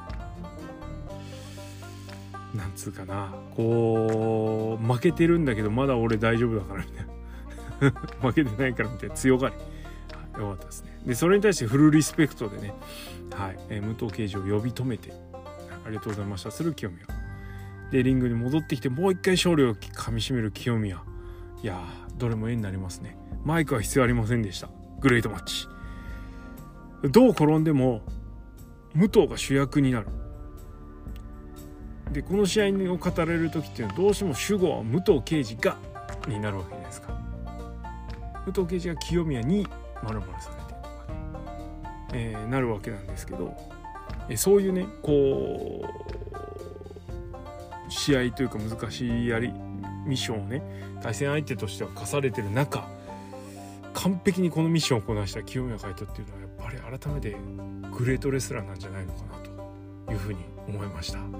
なんつうかなこう負けてるんだけどまだ俺大丈夫だからみたいな負けてないからみたいな強がり、はい、良かったですね。でそれに対してフルリスペクトでね、はいえー、武藤敬司を呼び止めてありがとうございましたする清宮でリングに戻ってきてもう一回勝利をかみしめる清宮。いやーどれも絵になりますね。マイクは必要ありませんでした。グレートマッチ。どう転んでも武藤が主役になる。でこの試合を語られる時っていうのはどうしても主語は武藤敬司がになるわけじゃないですか。武藤敬司が清宮に丸々されてとかね、えー、なるわけなんですけど、えそういうねこう試合というか難しいやりミッションをね対戦相手としては課されてる中完璧にこのミッションをこなした清宮海斗っていうのはやっぱり改めてグレートレスラーなんじゃないのかなというふうに思いました。はい、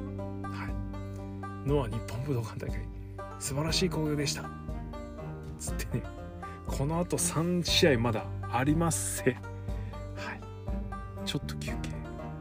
ノア日本武道館大会素晴らしい興行でしたつってねこのあとさん試合まだありますせ、はい、ちょっと休憩。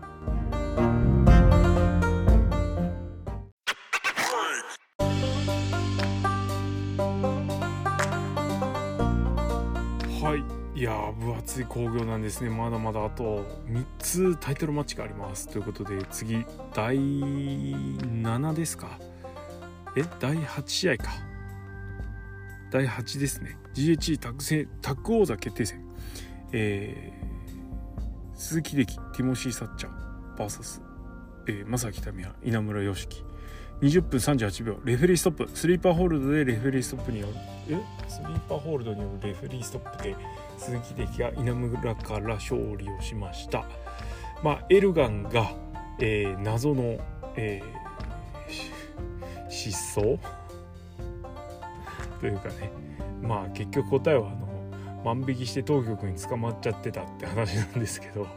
いやー分厚い興行なんですね。まだまだあとみっつタイトルマッチがありますということで次だいななですかえだいはち試合かだいはちですね。 ジーエイチイー タッグ戦タッグ王座決定戦、えー、鈴木秀樹ティモシー・サッチャー ブイエス、えー、正木民也稲村良樹にじゅっぷんさんじゅうはちびょうレフェリーストップスリーパーホールドでレフェリーストップによるえスリーパーホールドによるレフェリーストップで鈴木秀樹が稲村から勝利をしました。まあエルガンが、えー、謎の、えー、失踪というかねまあ結局答えはあの万引きして当局に捕まっちゃってたって話なんですけど、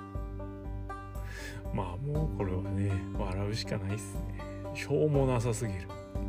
まあもうこれはね笑うしかないっすね。しょうもなさすぎる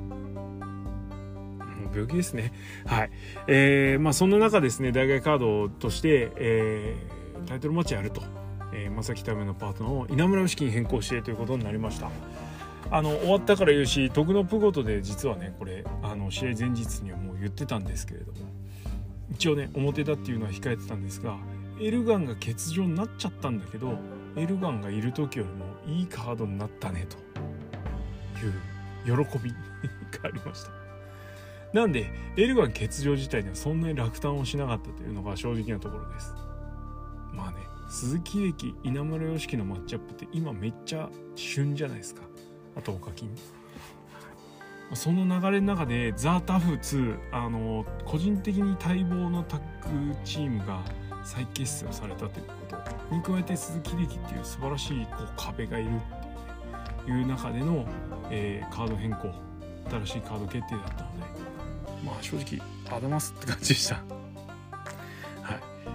病気ですね。はい、えー、まあそんな中ですね、代替カードとして、えー、タイトルマッチやると、えー、正木民のパートナーを稲村良樹に変更してということになりました。あの終わったから言うし、徳のプゴトで実はねこれあの試合前日にはもう言ってたんですけれども、一応ね表だっていうのは控えてたんですが、エルガンが欠場になっちゃったんだけど、エルガンがいる時よりもいいカードになったねという喜びがありました。なんでエルガン欠場自体にはそんなに落胆をしなかったというのが正直なところです。まあね、鈴木秀樹稲村良樹のマッチアップって今めっちゃ旬じゃないですか。あとおかきんその流れの中でザ・タフツー、あの個人的に待望のタッグチームが再結成をされたということに加えて、鈴木秀樹っていう素晴らしいこう壁がいるっていう中での、えー、カード変更、新しいカード決定だったので、まあ正直アダマスって感じでした。はい、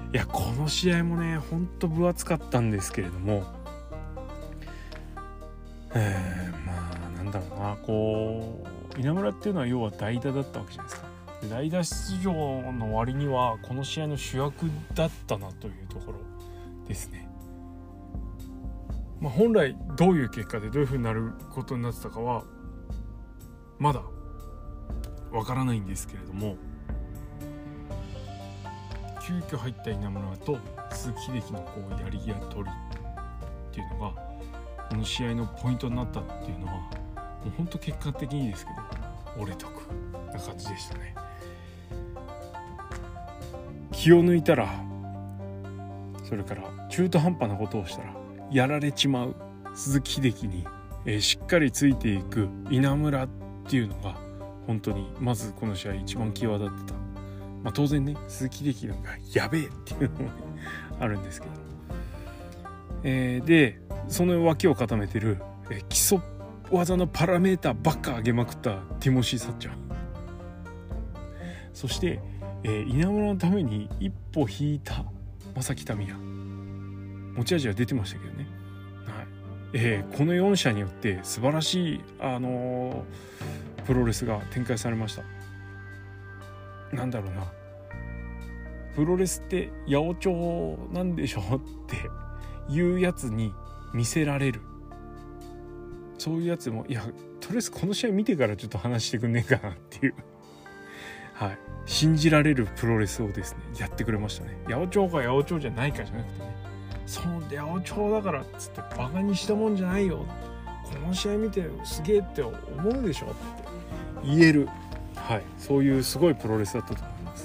いやこの試合もねほんと分厚かったんですけれども、えー、まあなんだろうな、こう稲村っていうのは要は代打だったわけじゃないですか。で代打出場の割にはこの試合の主役だったなというところですね。まあ、本来どういう結果でどういう風になることになってたかはまだわからないんですけれども、急遽入った稲村と鈴木秀樹のこうやりや取りっていうのがこの試合のポイントになったっていうのはもう本当結果的にですけど俺得な感じでしたね。気を抜いたら、それから中途半端なことをしたらやられちまう鈴木秀樹に、えー、しっかりついていく稲村っていうのが本当にまずこの試合一番際立ってた。まあ当然ね鈴木秀樹なんかやべえっていうのも、ね、あるんですけど、えー、でその脇を固めてる、えー、基礎技のパラメータばっか上げまくったティモシー・サッチャー、そして、えー、稲村のために一歩引いた正木民也、持ち味は出てましたけどね、はいえー、このよん社によって素晴らしい、あのー、プロレスが展開されました。なんだろうな、プロレスって八百長なんでしょっていうやつに見せられる、そういうやつもいやとりあえずこの試合見てからちょっと話してくんねえかなっていうはい、信じられるプロレスをですねやってくれましたね。八百長か八百長じゃないかじゃなくてね、その八百長だからっつってバカにしたもんじゃないよ、この試合見てすげえって思うでしょって言える、はい、そういうすごいプロレスだったと思います。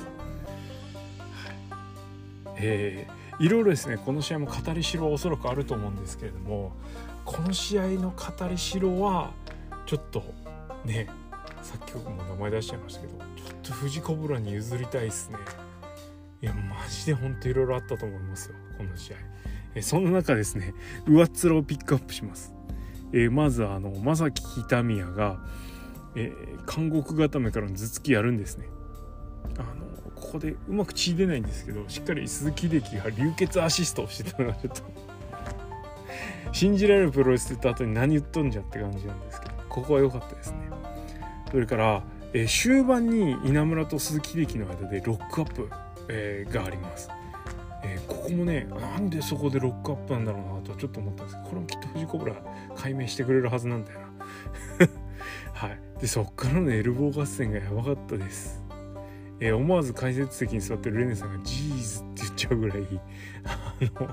はい、えー、いろいろですねこの試合も語りしろはおそらくあると思うんですけれども、この試合の語りしろはちょっとね、さっき僕も名前出しちゃいましたけど、ちょっとフジコブラに譲りたいですね。いやマジで本当いろいろあったと思いますよこの試合。えそんな中ですね上っ面をピックアップします。えー、まずあの正木民也が、えー、監獄固めからの頭突きやるんですね。あのここでうまく血出ないんですけど、しっかり鈴木秀樹が流血アシストをしてたのがちょっと信じられるプロレスって言った後に何言っとんじゃって感じなんですけど、ここは良かったですね。それから、えー、終盤に稲村と鈴木秀樹の間でロックアップ、えー、があります。えー、ここもねなんでそこでロックアップなんだろうなとはちょっと思ったんですけど、これもきっとフジコブラ解明してくれるはずなんだよなはい、でそっからのエルボー合戦がやばかったです。えー、思わず解説席に座ってるレネさんがジーズって言っちゃうぐらいあの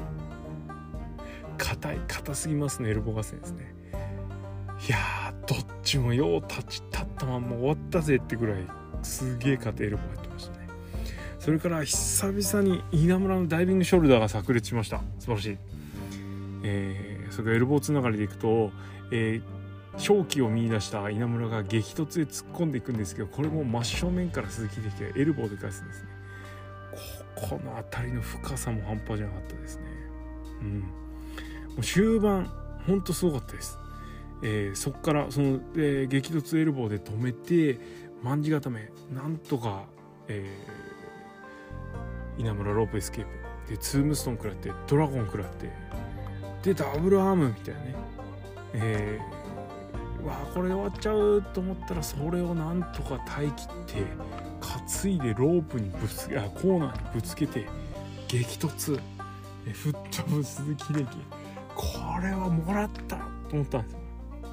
硬い硬すぎますねエルボー合戦ですね。いやーどっちもよう立ち立ったまんま終わったぜってぐらいすげえ硬いエルボー入ってましたね。それから久々に稲村のダイビングショルダーが炸裂しました。素晴らしい。えー、それからエルボーつながりでいくと、えー、勝機を見出した稲村が激突へ突っ込んでいくんですけど、これも真正面から鈴木秀樹がエルボーで返すんですね。ここの辺りの深さも半端じゃなかったですね。うん、もう終盤ほんとすごかったです。えー、そこからその、えー、激突エルボーで止めて卍固めなんとか、え稲村ロープエスケープでツームストーン食らってドラゴン食らってでダブルアームみたいなね、えー、わあこれで終わっちゃうと思ったらそれをなんとか耐え切って担いでロープにぶつけあコーナーにぶつけて激突え吹っ飛ぶ鈴木秀樹これはもらったと思ったんですよ。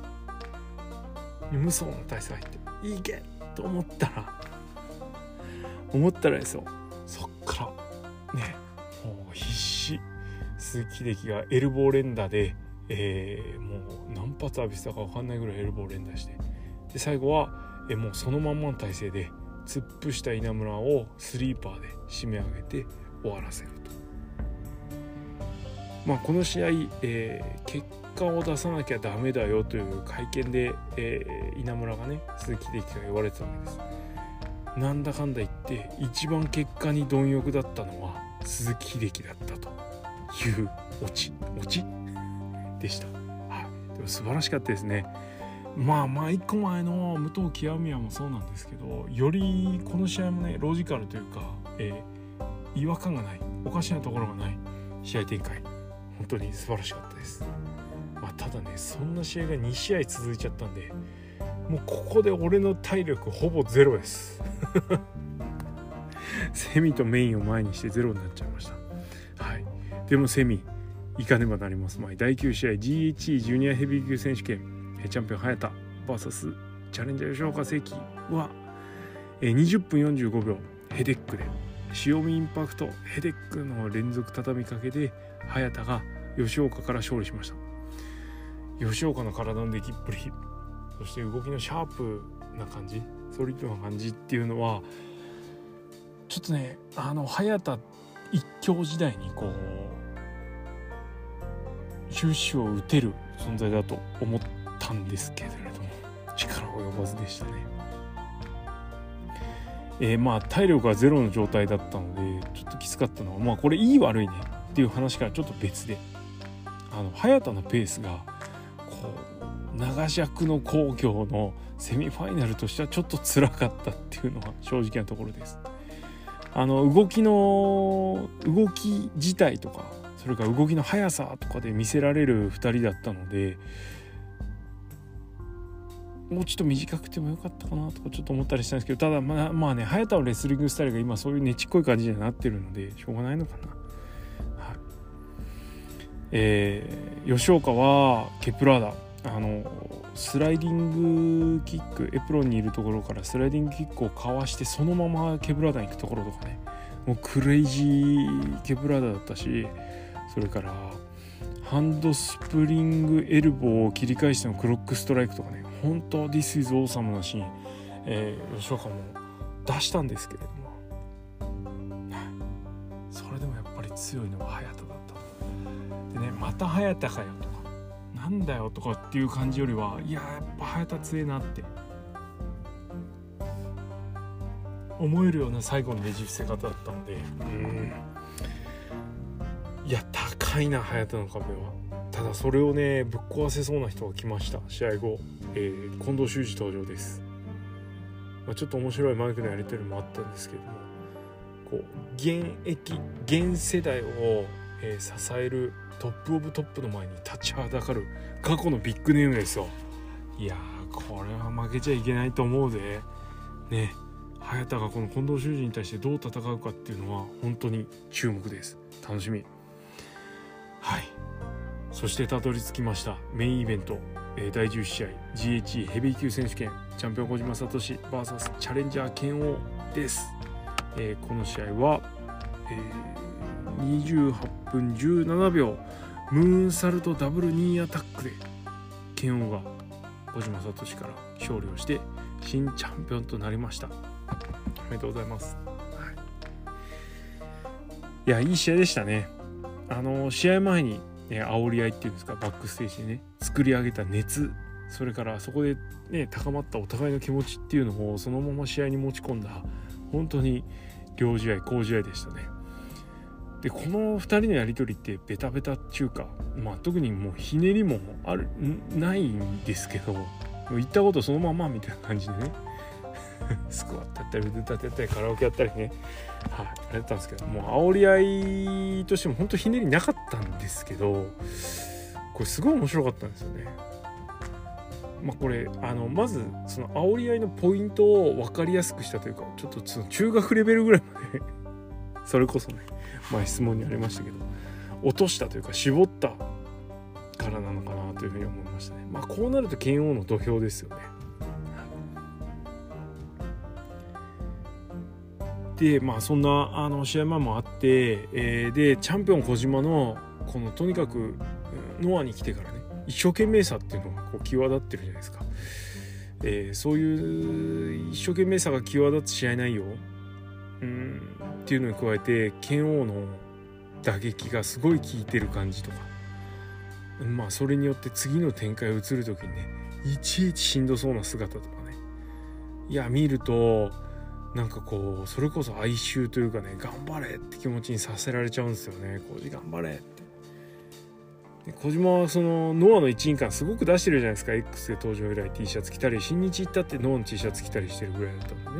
無双の体勢入っていけと思ったら思ったらですよそっからねもう必死鈴木秀樹がエルボー連打で、えー、もう何発浴びせたか分かんないぐらいエルボー連打してで最後はえもうそのまんまの体勢で突っ伏した稲村をスリーパーで締め上げて終わらせると。まあこの試合、えー、結果を出さなきゃダメだよという会見で、えー、稲村がね鈴木秀樹が言われてたわけです。なんだかんだ言って一番結果に貪欲だったのは鈴木秀樹だったというオチオチでした。はい、でも素晴らしかったですね。まあまあいっこまえの武藤極宮もそうなんですけどよりこの試合もねロジカルというか、えー、違和感がないおかしなところがない試合展開本当に素晴らしかったです。まあ、ただねそんな試合がに試合続いちゃったんでもうここで俺の体力ほぼゼロですセミとメインを前にしてゼロになっちゃいました。はい、でもセミ行かねばなります。まあ、だいきゅう試合 ジーエイチイー ジュニアヘビー級選手権チャンピオン早田 ブイエス チャレンジャー吉岡聖輝はにじゅっぷんよんじゅうごびょうヘデックで塩見インパクトヘデックの連続畳みかけで早田が吉岡から勝利しました。吉岡の体の出来っぷりそして動きのシャープな感じソリッドな感じっていうのはちょっとねあの早田一強時代にこう終止を打てる存在だと思ったんですけれども力及ばずでしたね。えー、まあ体力がゼロの状態だったのでちょっときつかったのはまあこれいい悪いねっていう話からちょっと別であの早田のペースがこう長尺の興行のセミファイナルとしてはちょっと辛かったっていうのが正直なところです。あの動きの動き自体とかそれから動きの速さとかで見せられるふたりだったのでもうちょっと短くてもよかったかなとかちょっと思ったりしたんですけどただまあまあね早田のレスリングスタイルが今そういうねちっこい感じになってるのでしょうがないのかな。はい、えー、吉岡はケプラーダあのスライディングキックエプロンにいるところからスライディングキックをかわしてそのままケプラーダに行くところとかねもうクレイジーケプラーダだったしそれからハンドスプリングエルボーを切り返してのクロックストライクとかね本当 This is awesome なシーン、えー、吉岡も出したんですけれども、はい、それでもやっぱり強いのは早田だったでねまた早田かよとかなんだよとかっていう感じよりはいややっぱ早田強えなって思えるような最後のねじ伏せ方だったのでうんいや高いな早田の壁は。ただそれをねぶっ壊せそうな人が来ました試合後、えー、近藤修司登場です、まあ、ちょっと面白いマイクのやり取りもあったんですけどもこう現役現世代を、えー、支えるトップオブトップの前に立ちはだかる過去のビッグネームですよ。いやーこれは負けちゃいけないと思うぜね。早田がこの近藤修司に対してどう戦うかっていうのは本当に注目です。楽しみ。はい、そしてたどり着きましたメインイベント、えー、だいじゅういち試合 ジーエイチイー ヘビー級選手権チャンピオン小島聡 ブイエス チャレンジャー拳王です、えー、この試合は、えー、にじゅうはっぷんじゅうななびょうムーンサルトダブルニーアタックで拳王が小島聡から勝利をして新チャンピオンとなりました。おめでとうございます、はい、いやいい試合でしたね。あの試合前に、ね、煽り合いっていうんですかバックステージでね作り上げた熱それからそこで、ね、高まったお互いの気持ちっていうのをそのまま試合に持ち込んだ本当に両試合好試合でしたね。でこのふたりのやり取りってベタベタっていうか、まあ、特にもうひねりもあるないんですけどもう言ったことそのままみたいな感じでねスクワットやったり腕立てやったりカラオケやったりね、はい、あれだったんですけど、もう煽り合いとしても本当ひねりなかったんですけど、これすごい面白かったんですよね。まあこれあのまずその煽り合いのポイントを分かりやすくしたというか、ちょっとその中学レベルぐらいまでそれこそね前質問にありましたけど落としたというか絞ったからなのかなというふうに思いましたね。まあこうなると拳王の土俵ですよね。でまあそんなあの試合前もあって、えー、でチャンピオン小島のこのとにかくノアに来てからね一生懸命さっていうのがこう際立ってるじゃないですか。えー、そういう一生懸命さが際立つ試合内容うんっていうのに加えて拳王の打撃がすごい効いてる感じとか、まあそれによって次の展開を移る時にねいちいちしんどそうな姿とかね、いや見るとなんかこうそれこそ哀愁というかね、頑張れって気持ちにさせられちゃうんですよね。小島頑張れって。で小島はそのノアの一員感すごく出してるじゃないですか。 X で登場以来 T シャツ着たり、新日行ったってノアの T シャツ着たりしてるぐらいだったんでね、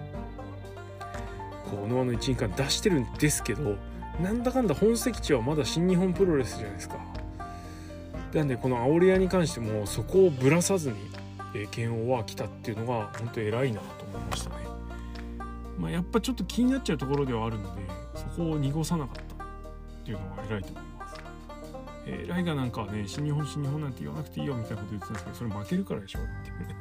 こうノアの一員感出してるんですけど、なんだかんだ本籍地はまだ新日本プロレスじゃないですか。なんでこの煽り屋に関してもそこをぶらさずに拳王は来たっていうのが本当偉いなと思いましたね。まあ、やっぱちょっと気になっちゃうところではあるので、そこを濁さなかったっていうのが偉いと思います。えー、ライガーなんかはね、新日本新日本なんて言わなくていいよみたいなこと言ってたんですけど、それ負けるからでしょっていうね。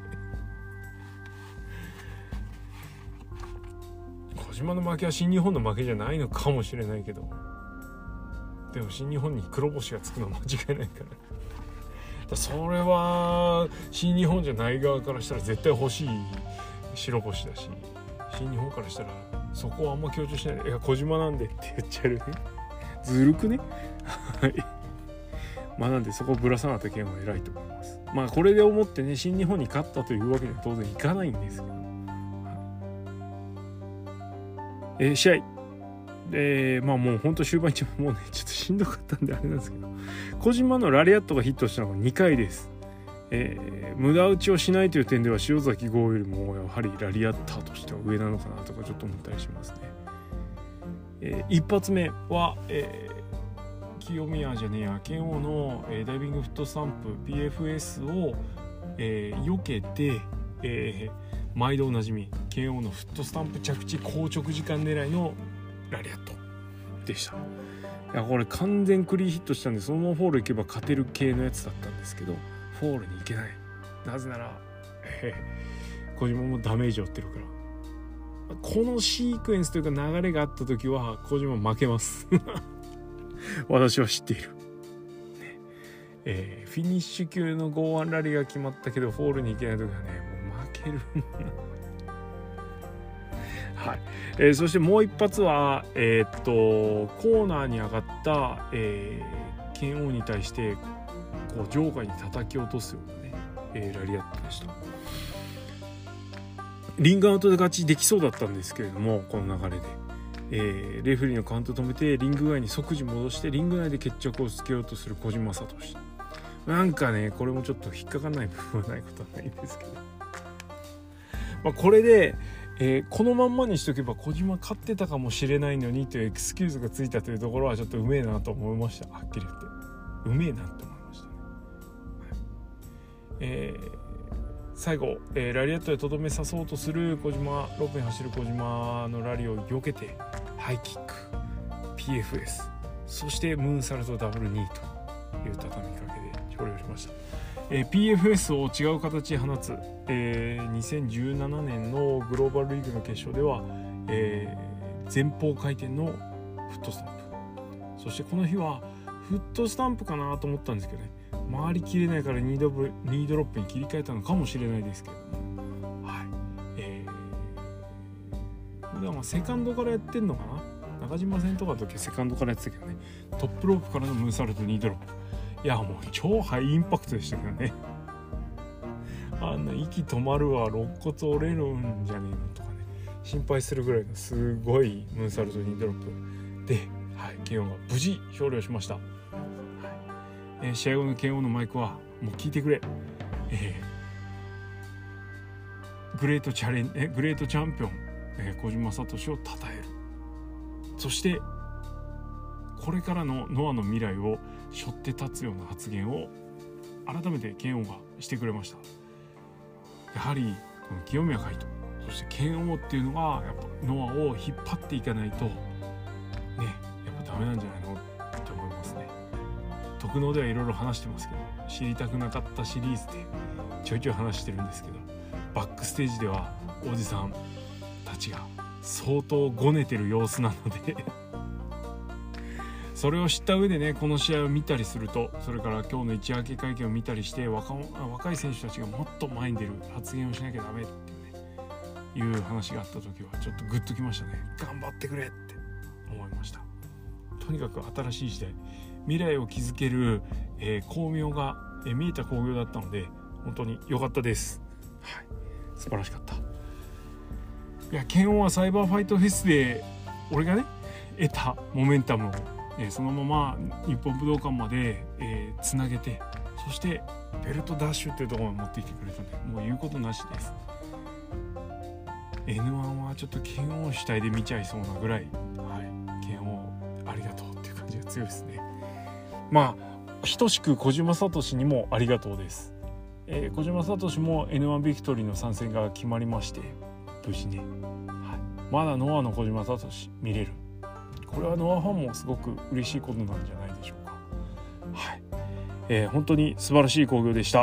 小島の負けは新日本の負けじゃないのかもしれないけど、でも新日本に黒星がつくのは間違いないから。だそれは新日本じゃない側からしたら絶対欲しい白星だし、新日本からしたらそこはあんま強調しないで、いや小島なんでって言っちゃうね。ずるくね。はい。まあなんでそこをぶらさなかった件は偉いと思います。まあこれで思ってね新日本に勝ったというわけには当然いかないんですけど、はい、えー、試合えー、まあもうほんと終盤一番もうねちょっとしんどかったんであれなんですけど、小島のラリアットがヒットしたのがにかいです。えー、無駄打ちをしないという点では塩崎豪よりもやはりラリアッターとしては上なのかなとかちょっと思ったりしますね。えー、一発目は、えー、清宮じゃねえや拳王の、えー、ダイビングフットスタンプ ピーエフエス を、えー、避けて、えー、毎度おなじみ拳王のフットスタンプ着地硬直時間狙いのラリアットでした。いやこれ完全クリーンヒットしたんでそのままフォールいけば勝てる系のやつだったんですけど、フォールに行けない。なぜなら、えー、小島もダメージを負ってるから。このシークエンスというか流れがあった時は小島負けます私は知っている、ねえー、フィニッシュ級の剛腕ラリーが決まったけどフォールに行けない時はねもう負けるはい、えー、そしてもう一発はえー、っとコーナーに上がった、えー、拳王に対してこう場外に叩き落とすようなね、えー、ラリアットでした。リングアウトで勝ちできそうだったんですけれども、この流れで、えー、レフェリーのカウント止めてリング外に即時戻してリング内で決着をつけようとする小島聡。なんかねこれもちょっと引っかかんない部分はないことはないんですけど、まあ、これで、えー、このまんまにしとけば小島勝ってたかもしれないのにというエクスキューズがついたというところはちょっとうめえなと思いました。はっきり言ってうめえなと思いましたね。はい、えー最後、えー、ラリアットでとどめさそうとする小島、ロープに走る小島のラリーを避けてハイキック ピーエフエス そしてムーンサルトダブルニーという畳みかけで勝利をしました。えー、ピーエフエス を違う形で放つ、えー、にせんじゅうななねんのグローバルリーグの決勝では、えー、前方回転のフットスタンプ、そしてこの日はフットスタンプかなと思ったんですけどね、回りきれないからニードブニードロップに切り替えたのかもしれないですけれども、はい、えー、普段はセカンドからやってんのかな。中島戦とかの時はセカンドからやってたけどね、トップロープからのムーンサルトニードロップ、いやもう超ハイインパクトでしたけどね。あんな息止まるわ肋骨折れるんじゃねえのとかね心配するぐらいのすごいムーンサルトニードロップで、はい、ケーオーが無事勝利をしました。えー、試合後のケーオーのマイクはもう聞いてくれ、えー、 グレートチャレンえグレートチャンピオン、えー、小島聡を称える。そしてこれからのノアの未来を背負って立つような発言を改めて拳王がしてくれました。やはりこの清宮海斗、そして拳王っていうのがやっぱノアを引っ張っていかないとね、やっぱダメなんじゃないのって思いますね。特納ではいろいろ話してますけど、知りたくなかったシリーズでちょいちょい話してるんですけど、バックステージではおじさんたちが相当ごねてる様子なのでそれを知った上でね、この試合を見たりすると、それから今日の一夜明け会見を見たりして、若若い選手たちがもっと前に出る発言をしなきゃダメっていうね、いう話があった時はちょっとグッときましたね。頑張ってくれって思いました。とにかく新しい時代、未来を築ける、えー、光明が、えー、見えた興行だったので本当に良かったです。はい、素晴らしかった。いや、拳王はサイバーファイトフェスで俺がね得たモメンタムを、えー、そのまま日本武道館まで、えー、つなげて、そしてベルトダッシュっていうところに持ってきてくれたんで、もう言うことなしです。 エヌワン はちょっと拳王主体で見ちゃいそうなぐらい、はい、拳王ありがとうっていう感じが強いですね。まあ等しく小島聡にもありがとうです。えー、小島聡も エヌワン ビクトリーの参戦が決まりまして、無事ね、はい、まだノアの小島聡見れる。これはノアファンもすごく嬉しいことなんじゃないでしょうか。はい、えー、本当に素晴らしい興行でした。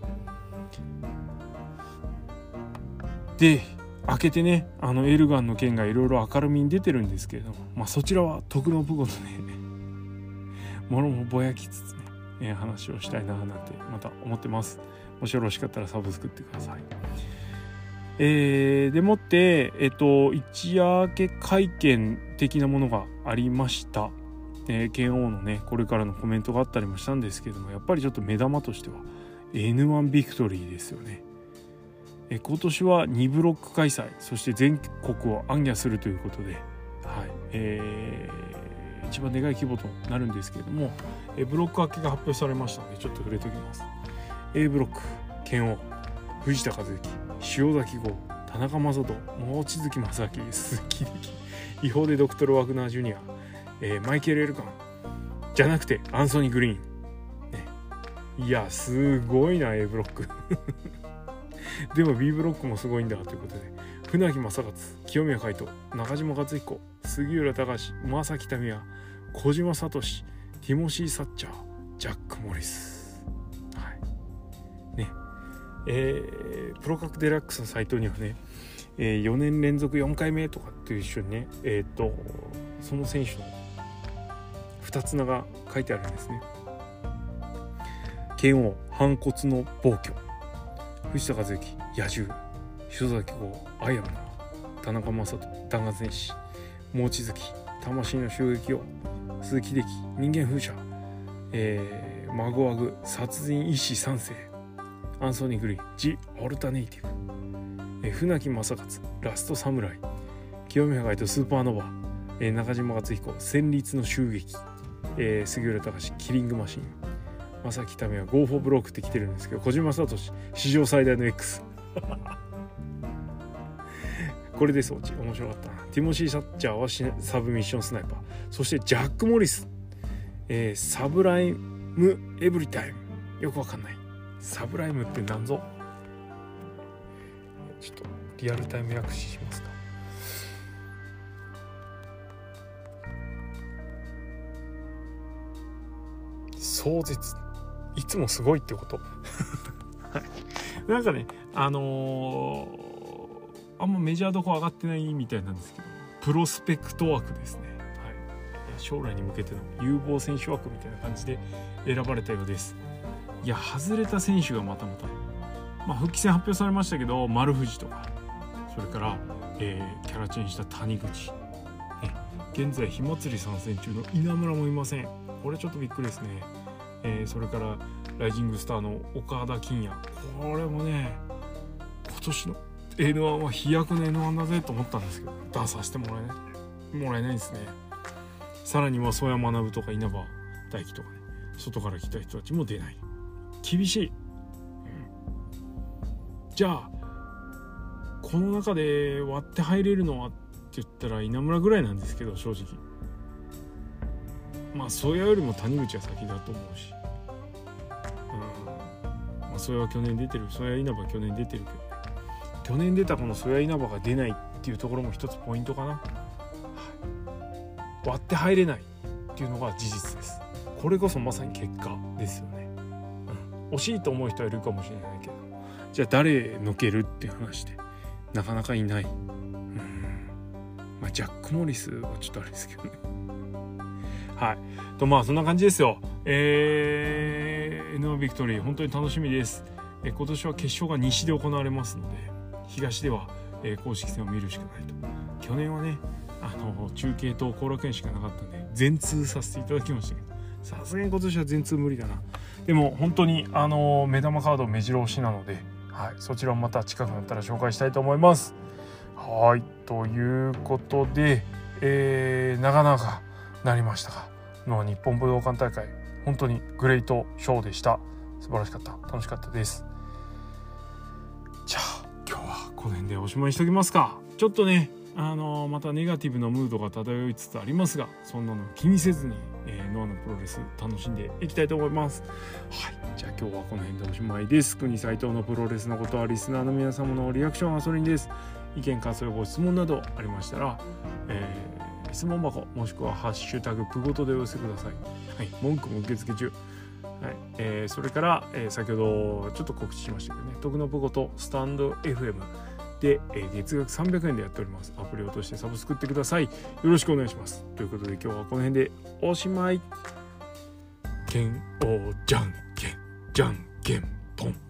で、明けてね、あのエルガンの件がいろいろ明るみに出てるんですけれども、まあそちらは徳の武語とねものもぼやきつつね、えー、話をしたいななんてまた思ってます。もしよろしかったらサブスクってください。えー、でもって、えっと、一夜明け会見的なものがありました。えー、拳王のね、これからのコメントがあったりもしたんですけども、やっぱりちょっと目玉としては エヌワン ビクトリーですよね。えー、今年はにブロック開催、そして全国を行脚するということで、はい、えー、一番でかい規模となるんですけれども、えー、ブロック分けが発表されましたのでちょっと触れておきます。 A ブロック拳王、藤田和幸、塩崎豪、田中将人、望月正明、鈴木力、違法でドクトル・ワグナー・ジュニア、えー、マイケル・エルカンじゃなくてアンソニー・グリーン、ね、いやすごいな A ブロックでも B ブロックもすごいんだということで、船木正勝、清宮海斗、中島克彦、杉浦隆、正木民也、小島聡、ティモシー・サッチャー、ジャック・モリス、はいね、えー、プロ格デラックスのサイトにはね、えー、よねん連続よんかいめとかっていう一緒にね、えー、とその選手のふたつ名が書いてあるんですね。拳王、反骨の暴挙、藤田和幸、野獣、塩崎豪、アイアムナ、田中将人、弾丸戦士、望月、魂の襲撃を、鈴木力、人間風車、えー、マゴワグ、殺人医師三世、アンソニー・グリーン、ジ・オルタネイティブ、えー、船木正勝、ラストサムライ、清宮海斗、スーパーノヴァ、えー、中島克彦、戦慄の襲撃、えー、杉浦隆、キリングマシン、正木民は Go for Broke って来てるんですけど、小島聡、史上最大の X これですオチ、面白かったな。ティモシー・サッチャーはサブミッションスナイパー、そしてジャック・モリス、えー、サブライム・エブリタイム、よくわかんない、サブライムって何ぞ、ちょっとリアルタイム訳詞しますか。壮絶、いつもすごいってことなんかね、あのー、あんまメジャーどこ上がってないみたいなんですけど、プロスペクト枠ですね、はい、将来に向けての有望選手枠みたいな感じで選ばれたようです。いや、外れた選手がまたまた、まあ、復帰戦発表されましたけど、丸藤とか、それから、えー、キャラチェンした谷口、ね、現在火祭り参戦中の稲村もいません。これちょっとびっくりですね。えー、それからライジングスターの岡田金也、これもね、今年の エヌワン は飛躍の エヌワン だぜと思ったんですけど、出させてもらえないもらえないですね。さらには曽谷学とか稲葉大輝とかね、外から来た人たちも出ない、厳しい、うん、じゃあこの中で割って入れるのはって言ったら稲村ぐらいなんですけど、正直まあ宗谷よりも谷口は先だと思うし、うんまあ、宗谷は去年出てる、宗谷稲葉は去年出てるけど、去年出たこの宗谷稲葉が出ないっていうところも一つポイントかな、はい、割って入れないっていうのが事実です。これこそまさに結果ですよね、うん、惜しいと思う人はいるかもしれないけど、じゃあ誰のけるっていう話でなかなかいない、うんまあ、ジャック・モリスはちょっとあれですけどねはいとまあそんな感じですよ。えー、エヌワン ビクトリー本当に楽しみです。え今年は決勝が西で行われますので、東では、えー、公式戦を見るしかないと。去年はねあの中継と後楽園しかなかったんで全通させていただきましたけど、さすがに今年は全通無理だな。でも本当にあの目玉カード目白押しなので、はい、そちらをまた近くなったら紹介したいと思います。はいということで、えー、長々なりましたがの日本武道館大会本当にグレートショーでした。素晴らしかった、楽しかったです。じゃあ今日はこの辺でおしまいにしておきますか。ちょっとねあのまたネガティブなムードが漂いつつありますが、そんなの気にせずに、えー、ノアのプロレス楽しんでいきたいと思います。はい、じゃあ今日はこの辺でおしまいです。国斉藤のプロレスのことはリスナーの皆様のリアクションはそれにです。意見感想ご質問などありましたら、えー、質問箱もしくはハッシュタグプゴトでお寄せください。はい、文句も受付中。はいえー、それから、えー、先ほどちょっと告知しましたけどね、徳のプゴトスタンド エフエム で、えー、月額さんびゃくえんでやっております。アプリを落としてサブスクってください。よろしくお願いします。ということで今日はこの辺でおしまい。剣王じゃんけんじゃんけんポン。